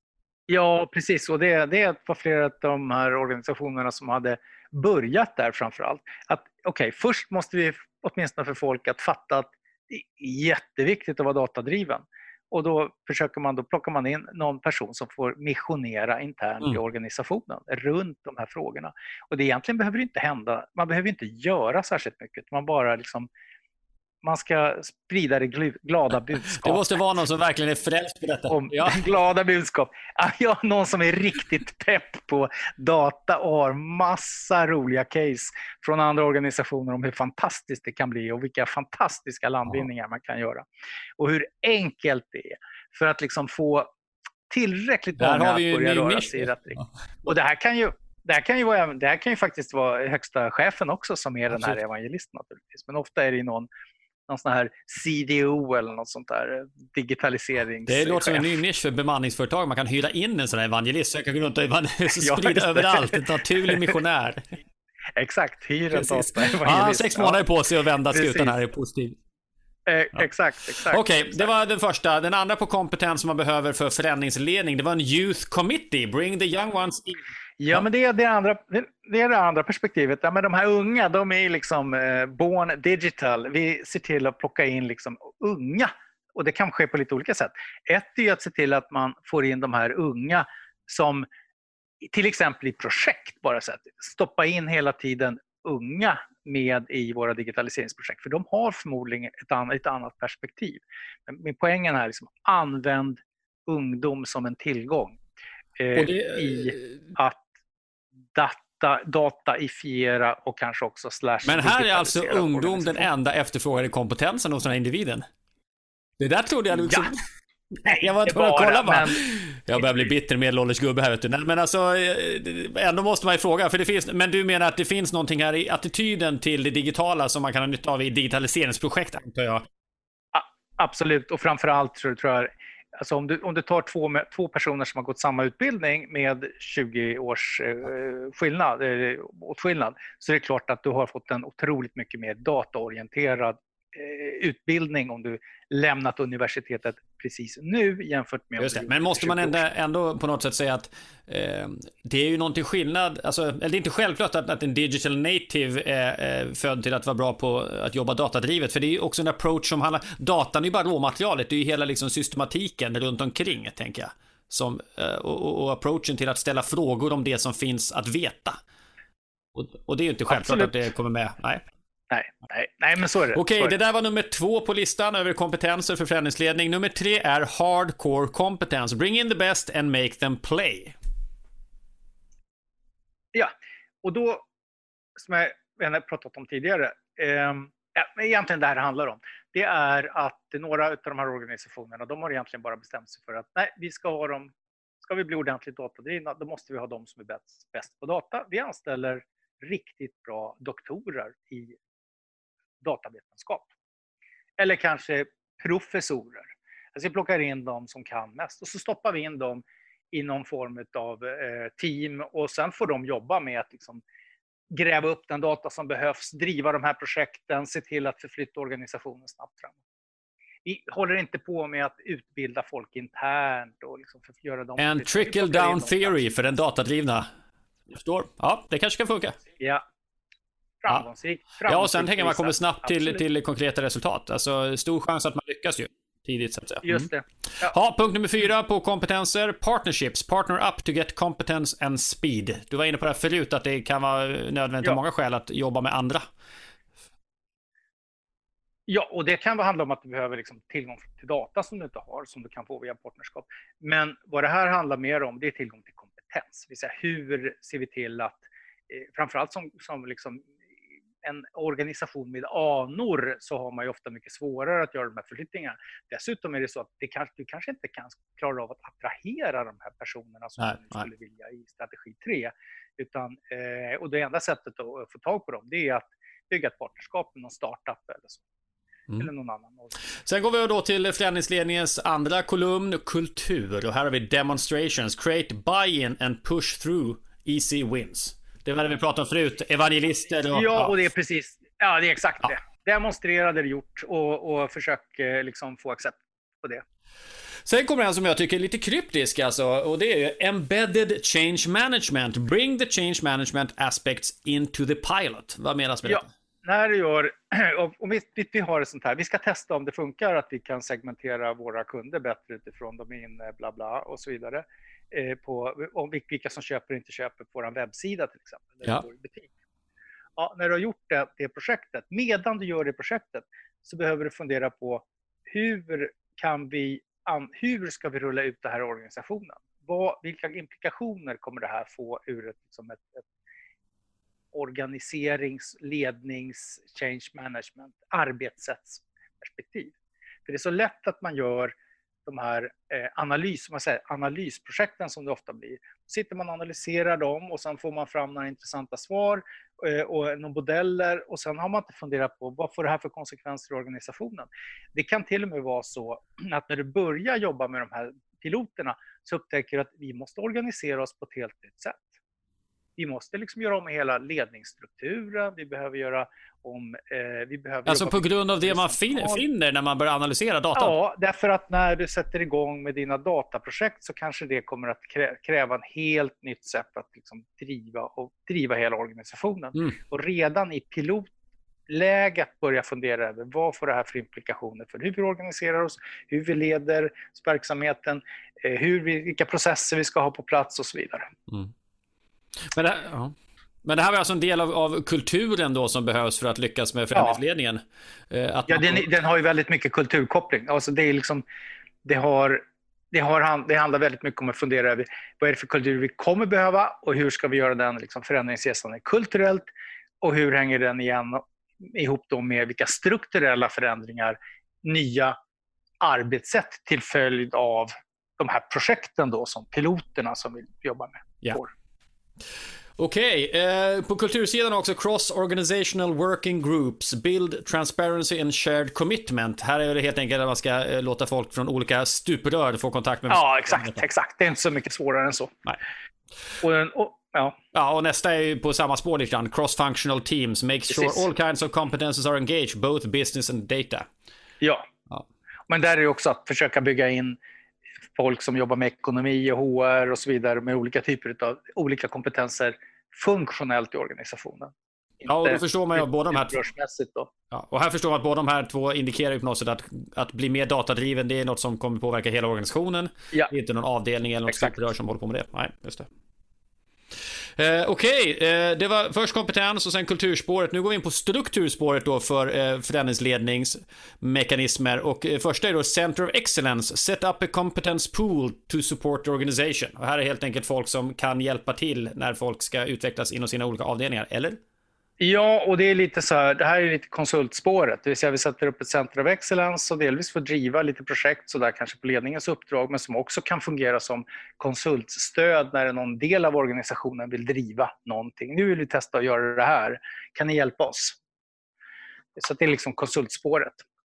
Ja, precis. Och det, det var flera av de här organisationerna som hade börjat där framförallt. Att okej, okay, först måste vi åtminstone för folk att fatta att det är jätteviktigt att vara datadriven. Och då försöker man, då plockar man in någon person som får missionera internt mm. i organisationen runt de här frågorna. Och det egentligen behöver inte hända, man behöver inte göra särskilt mycket. Man bara liksom man ska sprida det glada budskapet. Det måste vara någon som verkligen är frälst på detta. Om ja. glada budskap. Ja, någon som är riktigt pepp på data och har massa roliga case från andra organisationer om hur fantastiskt det kan bli och vilka fantastiska landvinningar ja. man kan göra. Och hur enkelt det är för att liksom få tillräckligt många att börja röra sig i rätt riktning. Och det här kan ju Det här, kan ju vara, det här kan ju faktiskt vara högsta chefen också som är Absolut. den här evangelisten naturligtvis. Men ofta är det någon någon sån här C D O eller något sånt där digitaliserings. Det låter som en ny nisch för bemanningsföretag. Man kan hyra in en sån här evangelist så jag kan gå runt och evangelist, sprida ja, överallt. En naturlig missionär. Exakt, hyra en data evangelist. Ja, sex månader på sig att vända skutan här är positiv. Eh, ja. Exakt, exakt. Okej, okay, exakt. det var den första. Den andra på kompetens som man behöver för förändringsledning, det var en youth committee. Bring the young ones in. Ja, men det är det andra, det är det andra perspektivet. Ja, men de här unga, de är liksom eh, born digital. Vi ser till att plocka in liksom unga. Och det kan ske på lite olika sätt. Ett är att se till att man får in de här unga som till exempel i projekt bara så att stoppa in hela tiden unga med i våra digitaliseringsprojekt. För de har förmodligen ett annat, ett annat perspektiv. Men min poängen här är liksom, använd ungdom som en tillgång. Eh, det... I att data, dataifiera och kanske också slash. Men här är alltså ungdom den enda efterfrågade kompetensen hos den här individen? Det där trodde jag liksom... Ja. Nej, jag var tvungen att kolla bara. Men... Jag börjar bli bitter medelålders gubbe här, vet du. Men alltså, ändå måste man ju fråga. För det finns, men du menar att det finns någonting här i attityden till det digitala som man kan ha nytta av i digitaliseringsprojekt, antar jag? Absolut, och framförallt tror jag, alltså om, du, om du tar två, två personer som har gått samma utbildning med tjugo års eh, skillnad, eh, åtskillnad, så är det klart att du har fått en otroligt mycket mer dataorienterad eh, utbildning om du lämnat universitetet precis nu jämfört med... Just det. Men måste man ändå, ändå på något sätt säga att eh, det är ju någonting skillnad, alltså, eller det är inte självklart att, att en digital native är, är född till att vara bra på att jobba datadrivet, för det är ju också en approach som handlar, datan är ju bara råmaterialet, det är ju hela liksom systematiken runt omkring, tänker jag, som, och, och approachen till att ställa frågor om det som finns att veta, och, och det är ju inte självklart. Absolut. Att det kommer med, nej. Nej, nej, nej, men så är det. Okej, okay, det där var nummer två på listan över kompetenser för förändringsledning. Nummer tre är hardcore competence. Bring in the best and make them play. Ja, och då, som jag har pratat om tidigare, eh, ja, egentligen det här handlar om, det är att några av de här organisationerna, de har egentligen bara bestämt sig för att nej, vi ska ha dem, ska vi bli ordentligt datadrivna, då måste vi ha de som är bäst, bäst på data. Vi anställer riktigt bra doktorer i datavetenskap. Eller kanske professorer. Alltså vi plockar in dem som kan mest och så stoppar vi in dem i någon form av eh, team och sen får de jobba med att liksom gräva upp den data som behövs, driva de här projekten, se till att förflytta organisationen snabbt framåt. Vi håller inte på med att utbilda folk internt och liksom för att göra dem... En trickle down theory för den datadrivna. Jag förstår. Ja, det kanske kan funka. Ja. Framgångsrik. Ja. Ja, och sen tänker man kommer snabbt till, till konkreta resultat. Alltså stor chans att man lyckas ju tidigt, så att säga. Mm. Just det. Ja. Ja, punkt nummer fyra på kompetenser. Partnerships. Partner up to get competence and speed. Du var inne på det här förut, att det kan vara nödvändigt av ja. många skäl att jobba med andra. Ja, och det kan handla om att du behöver liksom tillgång till data som du inte har, som du kan få via partnerskap. Men vad det här handlar mer om, det är tillgång till kompetens. Det vill säga, hur ser vi till att, eh, framförallt som, som liksom en organisation med anor, så har man ju ofta mycket svårare att göra de här förflyttningarna. Dessutom är det så att det kanske, du kanske inte kan klara av att attrahera de här personerna som nej, du skulle nej. vilja i strategi tre. Utan, eh, och det enda sättet att få tag på dem, det är att bygga ett partnerskap med någon startup eller så. Mm. Eller någon annan. Sen går vi då till förändringsledningens andra kolumn, kultur. Och här har vi demonstrations, create buy-in and push through easy wins. Det var det vi pratade om förut, evangelister. Och, ja, och det är precis, ja det är exakt ja. det. Demonstrera det gjort och, och försök liksom få accept på det. Sen kommer en som jag tycker är lite kryptisk alltså, och det är ju embedded change management. Bring the change management aspects into the pilot. Vad menas med ja. det? När det gör, om vi, vi har det sånt här, vi ska testa om det funkar, att vi kan segmentera våra kunder bättre utifrån domain, bla bla och så vidare. Eh, på, om vilka som köper och inte köper på vår webbsida till exempel, eller ja. vår butik. Ja, när du har gjort det, det projektet, medan du gör det projektet, så behöver du fundera på hur kan vi, hur ska vi rulla ut det här i organisationen? Vad, vilka implikationer kommer det här få ur ett, liksom ett, ett organiserings-, lednings-, change management, arbetssättsperspektiv. För det är så lätt att man gör de här eh, analys, man säger, analysprojekten som det ofta blir. Så sitter man och analyserar dem och sen får man fram några intressanta svar eh, och några modeller, och sen har man inte funderat på vad får det här för konsekvenser i organisationen. Det kan till och med vara så att när du börjar jobba med de här piloterna så upptäcker du att vi måste organisera oss på ett helt nytt sätt. Vi måste liksom göra om hela ledningsstrukturen, vi behöver göra om... Eh, vi behöver alltså på grund av det man finner, finner när man börjar analysera data? Ja, därför att när du sätter igång med dina dataprojekt så kanske det kommer att kräva en helt nytt sätt att liksom driva, och driva hela organisationen. Mm. Och redan i pilotläget börja fundera över vad får det här för implikationer för hur vi organiserar oss, hur vi leder verksamheten, eh, hur vi, vilka processer vi ska ha på plats och så vidare. Mm. Men det, här, ja. Men det här var alltså en del av, av kulturen då som behövs för att lyckas med förändringsledningen. Ja, att ja man... den, den har ju väldigt mycket kulturkoppling. Alltså det, är liksom, det, har, det, har, det handlar väldigt mycket om att fundera över vad är det för kultur vi kommer behöva och hur ska vi göra den liksom förändringsresan kulturellt, och hur hänger den igen ihop då med vilka strukturella förändringar, nya arbetssätt till följd av de här projekten då, som piloterna som vi jobbar med. Ja. Okej, okay. eh, på kultursidan också cross-organizational working groups, build transparency and shared commitment. Här är det helt enkelt att man ska eh, låta folk från olika stuprör få kontakt med. Ja, exakt, exakt. Det är inte så mycket svårare än så. Nej. Och, och, ja. Ja, och nästa är ju på samma spår lite grann. Cross-functional teams makes sure Precis. all kinds of competences are engaged, both business and data. Ja. Ja. Men där är det också att försöka bygga in folk som jobbar med ekonomi och H R och så vidare med olika typer av olika kompetenser funktionellt i organisationen. Ja, och då förstår man ju båda de här två. Då. Ja, och här förstår man att båda de här två indikerar ju på något sätt att, att bli mer datadriven, det är något som kommer påverka hela organisationen. Ja. Det är inte någon avdelning eller något Exakt. stuprör som håller på med det. Nej, just det. Eh, Okej, okay. eh, det var först kompetens och sen kulturspåret. Nu går vi in på strukturspåret då för eh, förändringsledningsmekanismer. Och eh, första är då Center of Excellence. Set up a competence pool to support the organization. Och här är helt enkelt folk som kan hjälpa till när folk ska utvecklas inom sina olika avdelningar, eller? Ja, och det är lite så här, det här är lite konsultspåret. Det vill säga vi sätter upp ett Center of Excellence och delvis får driva lite projekt så där kanske på ledningens uppdrag, men som också kan fungera som konsultstöd när någon del av organisationen vill driva någonting. Nu vill vi testa att göra det här. Kan ni hjälpa oss? Så det är liksom konsultspåret.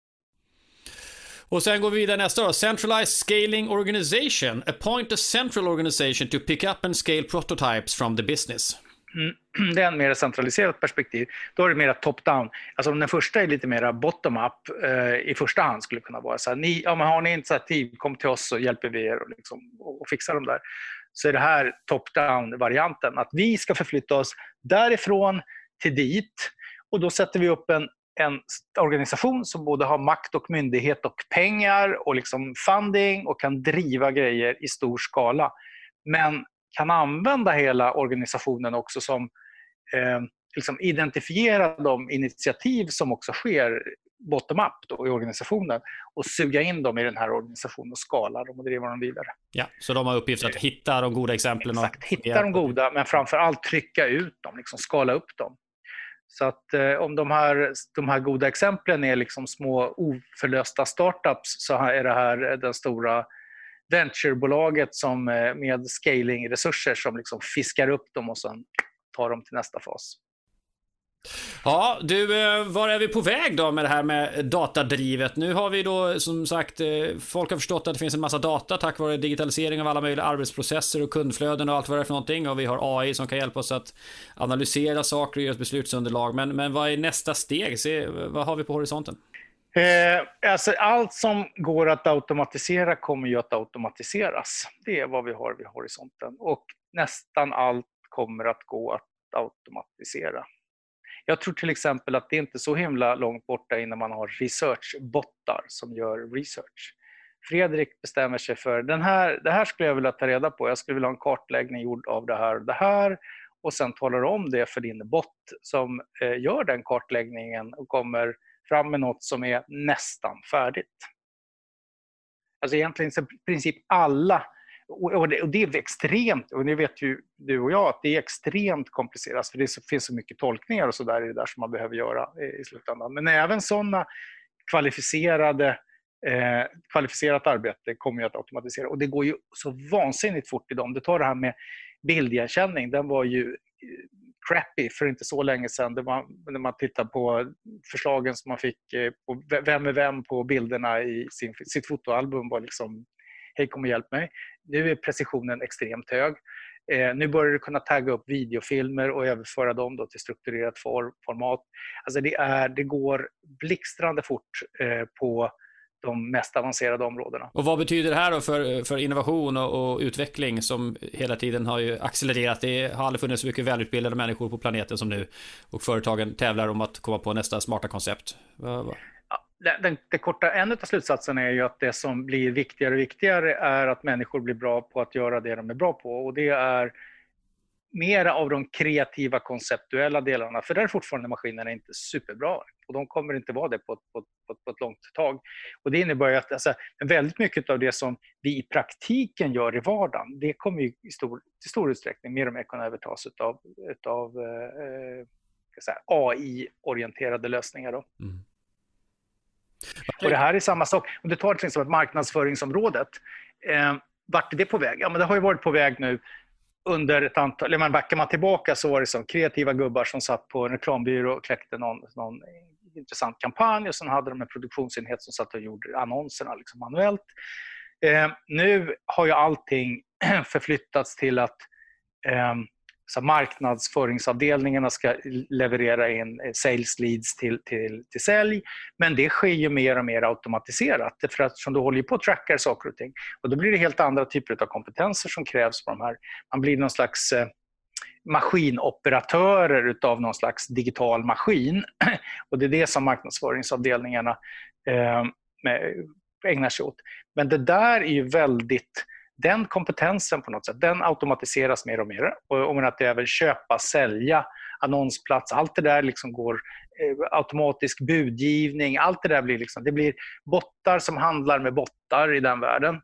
Och sen går vi vidare nästa då. Centralized Scaling Organization. Appoint a central organization to pick up and scale prototypes from the business. Mm, det är en mer centraliserat perspektiv. Då är det mer top-down. Alltså om den första är lite mer bottom-up eh, i första hand skulle kunna vara så här. Ni, ja, men har ni initiativ, kom till oss så hjälper vi er och, liksom, och, och fixar dem där. Så är det här top-down-varianten. Att vi ska förflytta oss därifrån till dit. Och då sätter vi upp en, en organisation som både har makt och myndighet och pengar och liksom funding och kan driva grejer i stor skala. Men kan använda hela organisationen också som eh, liksom identifiera de initiativ som också sker bottom-up då, i organisationen och suga in dem i den här organisationen och skala dem och driva dem vidare. Ja, så de har uppgift att hitta de goda exemplen. Exakt, hitta de goda, men framförallt trycka ut dem, liksom skala upp dem. Så att eh, om de här, de här goda exemplen är liksom små oförlösta startups så är det här den stora venturebolaget som med scaling-resurser som liksom fiskar upp dem och sen tar dem till nästa fas. Ja, du, var är vi på väg då med det här med datadrivet? Nu har vi då som sagt, folk har förstått att det finns en massa data tack vare digitalisering av alla möjliga arbetsprocesser och kundflöden och allt vad det är för någonting, och vi har A I som kan hjälpa oss att analysera saker och göra ett beslutsunderlag. Men, men vad är nästa steg? Se, vad har vi på horisonten? Eh, alltså allt som går att automatisera kommer ju att automatiseras. Det är vad vi har vid horisonten. Och nästan allt kommer att gå att automatisera. Jag tror till exempel att det inte är så himla långt borta innan man har researchbottar som gör research. Fredrik bestämmer sig för den här, det här skulle jag vilja ta reda på. Jag skulle vilja ha en kartläggning gjord av det här och det här. Och sen talar om det för din bot som eh, gör den kartläggningen och kommer fram med något som är nästan färdigt. Alltså egentligen så i princip alla, och det, och det är extremt, och det vet ju du och jag, att det är extremt komplicerat för det så, finns så mycket tolkningar och så där i det där som man behöver göra i slutändan. Men även sådana kvalificerade eh, kvalificerat arbete kommer ju att automatisera, och det går ju så vansinnigt fort i dem. Det tar det här med bildigenkänning, den var ju crappy för inte så länge sedan. Det var, när man tittar på förslagen som man fick på vem är vem på bilderna i sin, sitt fotoalbum var liksom, hej kom och hjälp mig. Nu är precisionen extremt hög. Eh, nu börjar du kunna tagga upp videofilmer och överföra dem då till strukturerat for, format. Alltså det, är, det går blixtrande fort eh, på de mest avancerade områdena. Och vad betyder det här då för, för innovation och, och utveckling som hela tiden har ju accelererat? Det har aldrig funnits så mycket välutbildade människor på planeten som nu, och företagen tävlar om att komma på nästa smarta koncept. Va, va? Ja, den, den korta, en av slutsatsen är ju att det som blir viktigare och viktigare är att människor blir bra på att göra det de är bra på, och det är mera av de kreativa konceptuella delarna, för där är fortfarande maskinerna inte superbra och de kommer inte vara det på, på, på, på ett långt tag. Och det innebär ju att alltså, väldigt mycket av det som vi i praktiken gör i vardagen, det kommer ju i stor, i stor utsträckning mer och mer kunna övertas av, av eh, A I-orienterade lösningar. Då. Mm. Och det här är samma sak. Om du tar till exempel marknadsföringsområdet, eh, vart är det på väg? Ja, men det har ju varit på väg nu under ett antal, eller man backar man tillbaka så var det som kreativa gubbar som satt på en reklambyrå och kläckte någon, någon intressant kampanj, och sen hade de en produktionsenhet som satt och gjorde annonserna liksom manuellt. Eh, nu har ju allting förflyttats till att eh, så marknadsföringsavdelningarna ska leverera in sales leads till, till, till sälj, men det sker ju mer och mer automatiserat för att som du håller på att tracka saker och ting, och då blir det helt andra typer av kompetenser som krävs på de här. Man blir någon slags eh, maskinoperatörer utav någon slags digital maskin, och det är det som marknadsföringsavdelningarna eh, ägnar sig åt. Men det där är ju väldigt, den kompetensen på något sätt, den automatiseras mer och mer. Och om att även köpa, sälja, annonsplats, allt det där liksom går eh, automatisk budgivning, allt det där blir liksom, det blir bottar som handlar med bottar i den världen.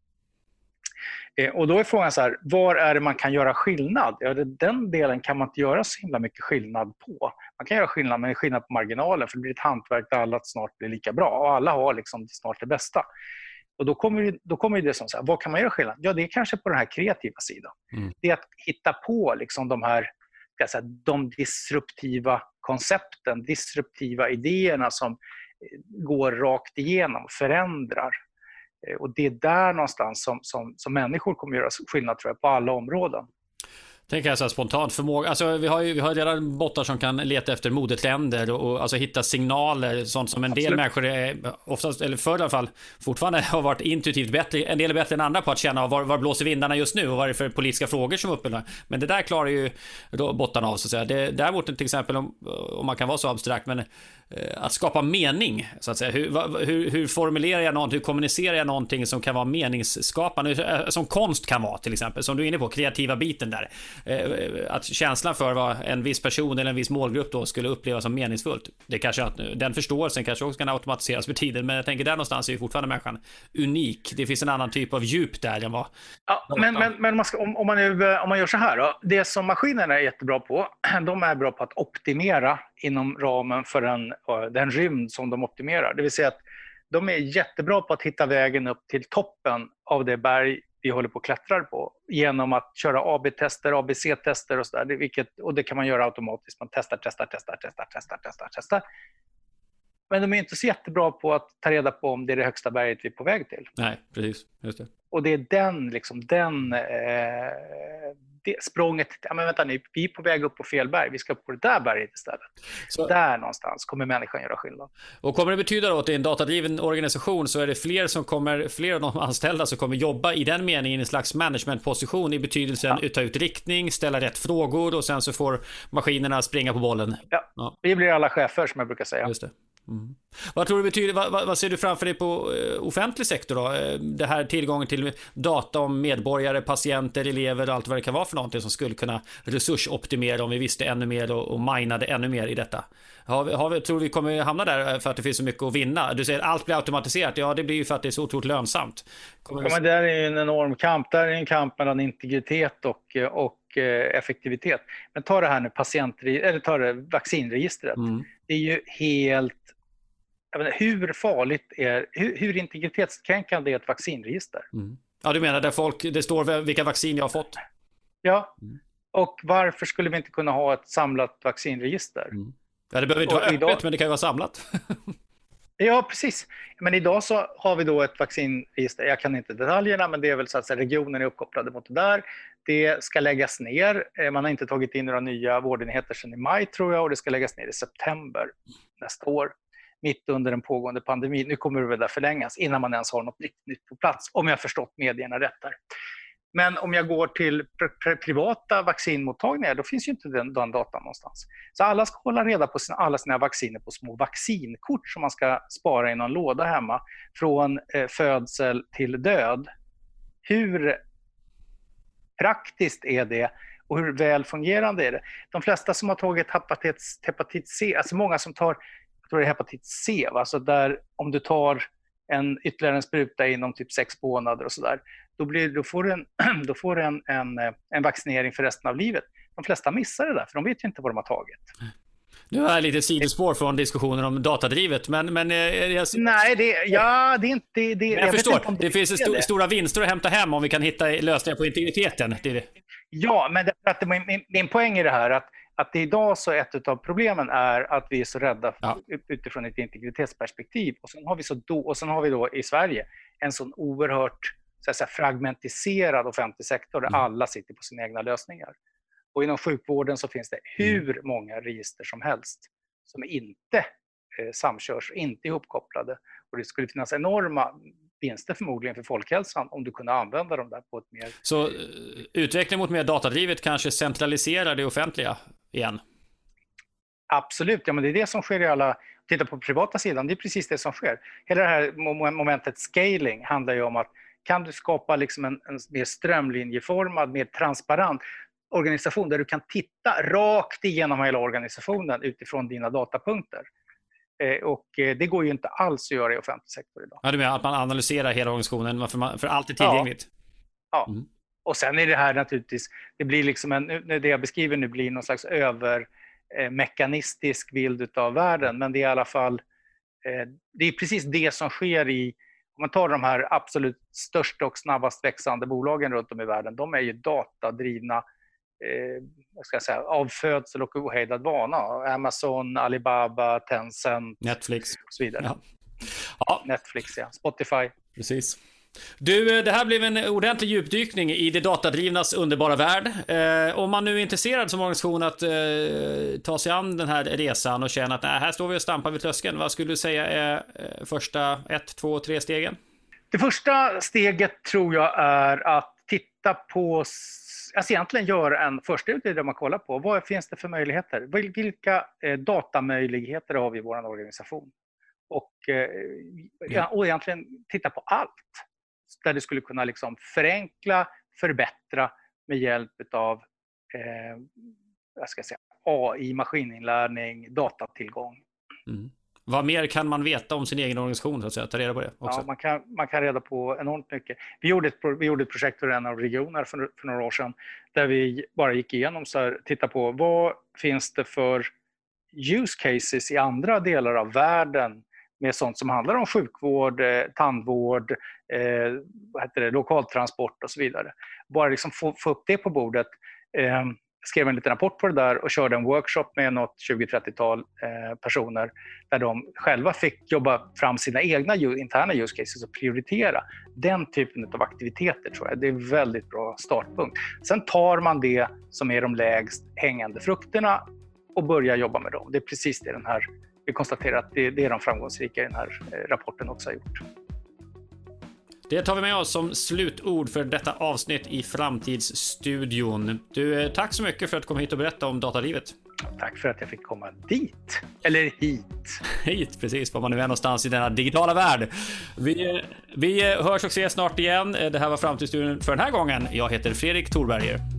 Eh, och då är frågan så här, var är det man kan göra skillnad? Ja, den delen kan man inte göra så himla mycket skillnad på. Man kan göra skillnad, men skillnad på marginalen, för det blir ett hantverk där alla snart blir lika bra och alla har liksom snart det bästa. Och då kommer, då kommer det som så här, vad kan man göra skillnad? Ja, det är kanske på den här kreativa sidan. Mm. Det är att hitta på liksom de här, ska jag säga, de disruptiva koncepten, disruptiva idéerna som går rakt igenom, förändrar. Och det är där någonstans som, som, som människor kommer göra skillnad, tror jag, på alla områden. Tänker jag så här spontant förmåga. Alltså vi har ju vi har redan bottar som kan leta efter modetrender och, och alltså hitta signaler, sånt som en del Absolut. Människor är oftast, eller för i alla fall fortfarande har varit intuitivt bättre, en del är bättre än andra på att känna var, var blåser vindarna just nu och vad är det för politiska frågor som är uppe. Men det där klarar ju då bottarna av, så att säga. Det däremot till exempel om, om man kan vara så abstrakt, men eh, att skapa mening, så att säga. Hur, hur, hur formulerar jag något, hur kommunicerar jag någonting som kan vara meningsskapande, som konst kan vara till exempel, som du är inne på, kreativa biten där. Att känslan för vad en viss person eller en viss målgrupp då skulle uppleva som meningsfullt, det kanske att den förståelsen kanske också kan automatiseras med tiden, men jag tänker där någonstans är ju fortfarande människan unik. Det finns en annan typ av djup där än vad... Ja, men, men, men man ska, om, om, man nu, om man gör så här då, det som maskinerna är jättebra på, de är bra på att optimera inom ramen för den, den rymd som de optimerar. Det vill säga att de är jättebra på att hitta vägen upp till toppen av det berg vi håller på att klättra på, genom att köra A B-tester, A B C-tester och sådär, vilket, och det kan man göra automatiskt. Man testar, testar, testar, testar, testar, testar, testar. Men de är inte så jättebra på att ta reda på om det är det högsta berget vi är på väg till. Nej, precis. Just det. Och det är den, liksom, den eh, det språnget, ja men vänta nu, vi är på väg upp på fel berg, vi ska upp på det där berget istället. Så där någonstans kommer människan göra skillnad. Och kommer det betyda då att i en datadriven organisation så är det fler som kommer, fler av de anställda som kommer jobba i den meningen i en slags managementposition, i betydelsen ja. ta ut riktning, ställa rätt frågor och sen så får maskinerna springa på bollen. Ja, ja. Vi blir alla chefer som jag brukar säga. Just det. Mm. Vad tror du betyder, vad, vad ser du framför dig på uh, offentlig sektor då? Uh, det här tillgången till data om medborgare, patienter, elever och allt vad det kan vara för någonting som skulle kunna resursoptimera om vi visste ännu mer och, och minade ännu mer i detta. Har vi, har vi, tror vi kommer hamna där för att det finns så mycket att vinna? Du säger att allt blir automatiserat. Ja, det blir ju för att det är så otroligt lönsamt. Kommer ja, men det är en enorm kamp. Det är en kamp mellan integritet och, och effektivitet. Men ta det här nu, patientregistret, eller ta det vaccinregistret. Mm. Det är ju helt... Jag menar, hur farligt är, hur, hur integritetskränkande är ett vaccinregister? Mm. Ja, du menar där folk, det står vilka vaccin jag har fått? Ja, mm. och varför skulle vi inte kunna ha ett samlat vaccinregister? Mm. Ja, det behöver inte och vara idag... öppet, men det kan ju vara samlat. Ja, precis. Men idag så har vi då ett vaccinregister. Jag kan inte detaljerna, men det är väl så att regionen är uppkopplade mot det där. Det ska läggas ner. Man har inte tagit in några nya vårdenheter sedan i maj, tror jag, och det ska läggas ner i september nästa år. Mitt under den pågående pandemin. Nu kommer det väl där förlängas innan man ens har något riktigt nytt på plats, om jag har förstått medierna rätt där. Men om jag går till pr- privata vaccinmottagningar, då finns ju inte den, den datan någonstans. Så alla ska hålla reda på sina, alla sina vacciner på små vaccinkort som man ska spara i någon låda hemma från eh, födsel till död. Hur praktiskt är det och hur väl fungerande är det? De flesta som har tagit hepatit, hepatit C, alltså många som tar, jag tror det är hepatit C, va? Alltså där om du tar en ytterligare en spruta inom typ sex månader och sådär, då, blir, då får du, en, då får du en, en, en vaccinering för resten av livet. De flesta missar det där, för de vet ju inte vad de har tagit. Nu är jag lite sidospår från diskussionen om datadrivet, men... men jag... Nej, det, ja, det är inte... Det, jag jag förstår, inte det, det finns sto, stora vinster att hämta hem om vi kan hitta lösningar på integriteten. Det är det. Ja, men det, att min, min, min poäng är det här att, att det idag så ett av problemen är att vi är så rädda ja. utifrån ett integritetsperspektiv. Och sen har vi, så då, och sen har vi då i Sverige en sån oerhört så att säga, fragmentiserad offentlig sektor där mm. alla sitter på sina egna lösningar. Och inom sjukvården så finns det hur mm. många register som helst som inte eh, samkörs, inte ihopkopplade. Och det skulle finnas enorma vinster förmodligen för folkhälsan om du kunde använda dem där på ett mer... Så utveckling mot mer datadrivet kanske centraliserar det offentliga igen? Absolut, ja, men det är det som sker i alla... Titta på privata sidan, det är precis det som sker. Hela det här momentet scaling handlar ju om att kan du skapa liksom en, en mer strömlinjeformad, mer transparent organisation där du kan titta rakt igenom hela organisationen utifrån dina datapunkter. Eh, och eh, det går ju inte alls att göra i offentlig sektor idag. Ja, du menar att man analyserar hela organisationen för, man, för allt är tillgängligt? Ja, ja. Mm. Och sen är det här naturligtvis, det blir liksom en, det jag beskriver nu blir någon slags över eh, mekanistisk bild av världen, men det är i alla fall, eh, det är precis det som sker i, om man tar de här absolut största och snabbast växande bolagen runt om i världen, de är ju datadrivna Eh, vad ska jag säga, av födsel och ohejdad vana. Amazon, Alibaba, Tencent, Netflix och så vidare. Ja. Ja. Netflix, ja. Spotify. Precis. Du, det här blev en ordentlig djupdykning i det datadrivnas underbara värld. Eh, om man nu är intresserad som organisation att eh, ta sig an den här resan och känna att nej, här står vi och stampar vid tröskeln. Vad skulle du säga är eh, första ett, två, tre stegen? Det första steget tror jag är att titta på, alltså egentligen göra en första utredning där man kollar på vad finns det för möjligheter? Vilka eh, datamöjligheter har vi i vår organisation? Och, eh, och egentligen titta på allt där det skulle kunna liksom förenkla, förbättra med hjälp av eh, jag ska säga, A I, maskininlärning, datatillgång. Mm. Vad mer kan man veta om sin egen organisation, så att säga? Ta reda på det också. Ja, man kan, man kan reda på enormt mycket. Vi gjorde ett, vi gjorde ett projekt för en av regionerna för, för några år sedan där vi bara gick igenom så här, titta på vad finns det för use cases i andra delar av världen med sånt som handlar om sjukvård, eh, tandvård, eh, vad heter det, lokaltransport och så vidare. Bara liksom få, få upp det på bordet. Eh, skrev en liten rapport på det där och körde en workshop med något tjugo-trettiotal eh, personer där de själva fick jobba fram sina egna interna use cases och prioritera den typen av aktiviteter, tror jag. Det är en väldigt bra startpunkt. Sen tar man det som är de lägst hängande frukterna och börjar jobba med dem. Det är precis det den här, vi konstaterar att det, det är de framgångsrika i den här eh, rapporten också har gjort. Det tar vi med oss som slutord för detta avsnitt i Framtidsstudion. Du, tack så mycket för att komma hit och berätta om datadrivet. Tack för att jag fick komma dit. Eller hit. Hit, precis. Var man nu är någonstans i denna digitala värld. Vi, vi hörs och ses snart igen. Det här var Framtidsstudion för den här gången. Jag heter Fredrik Thorberger.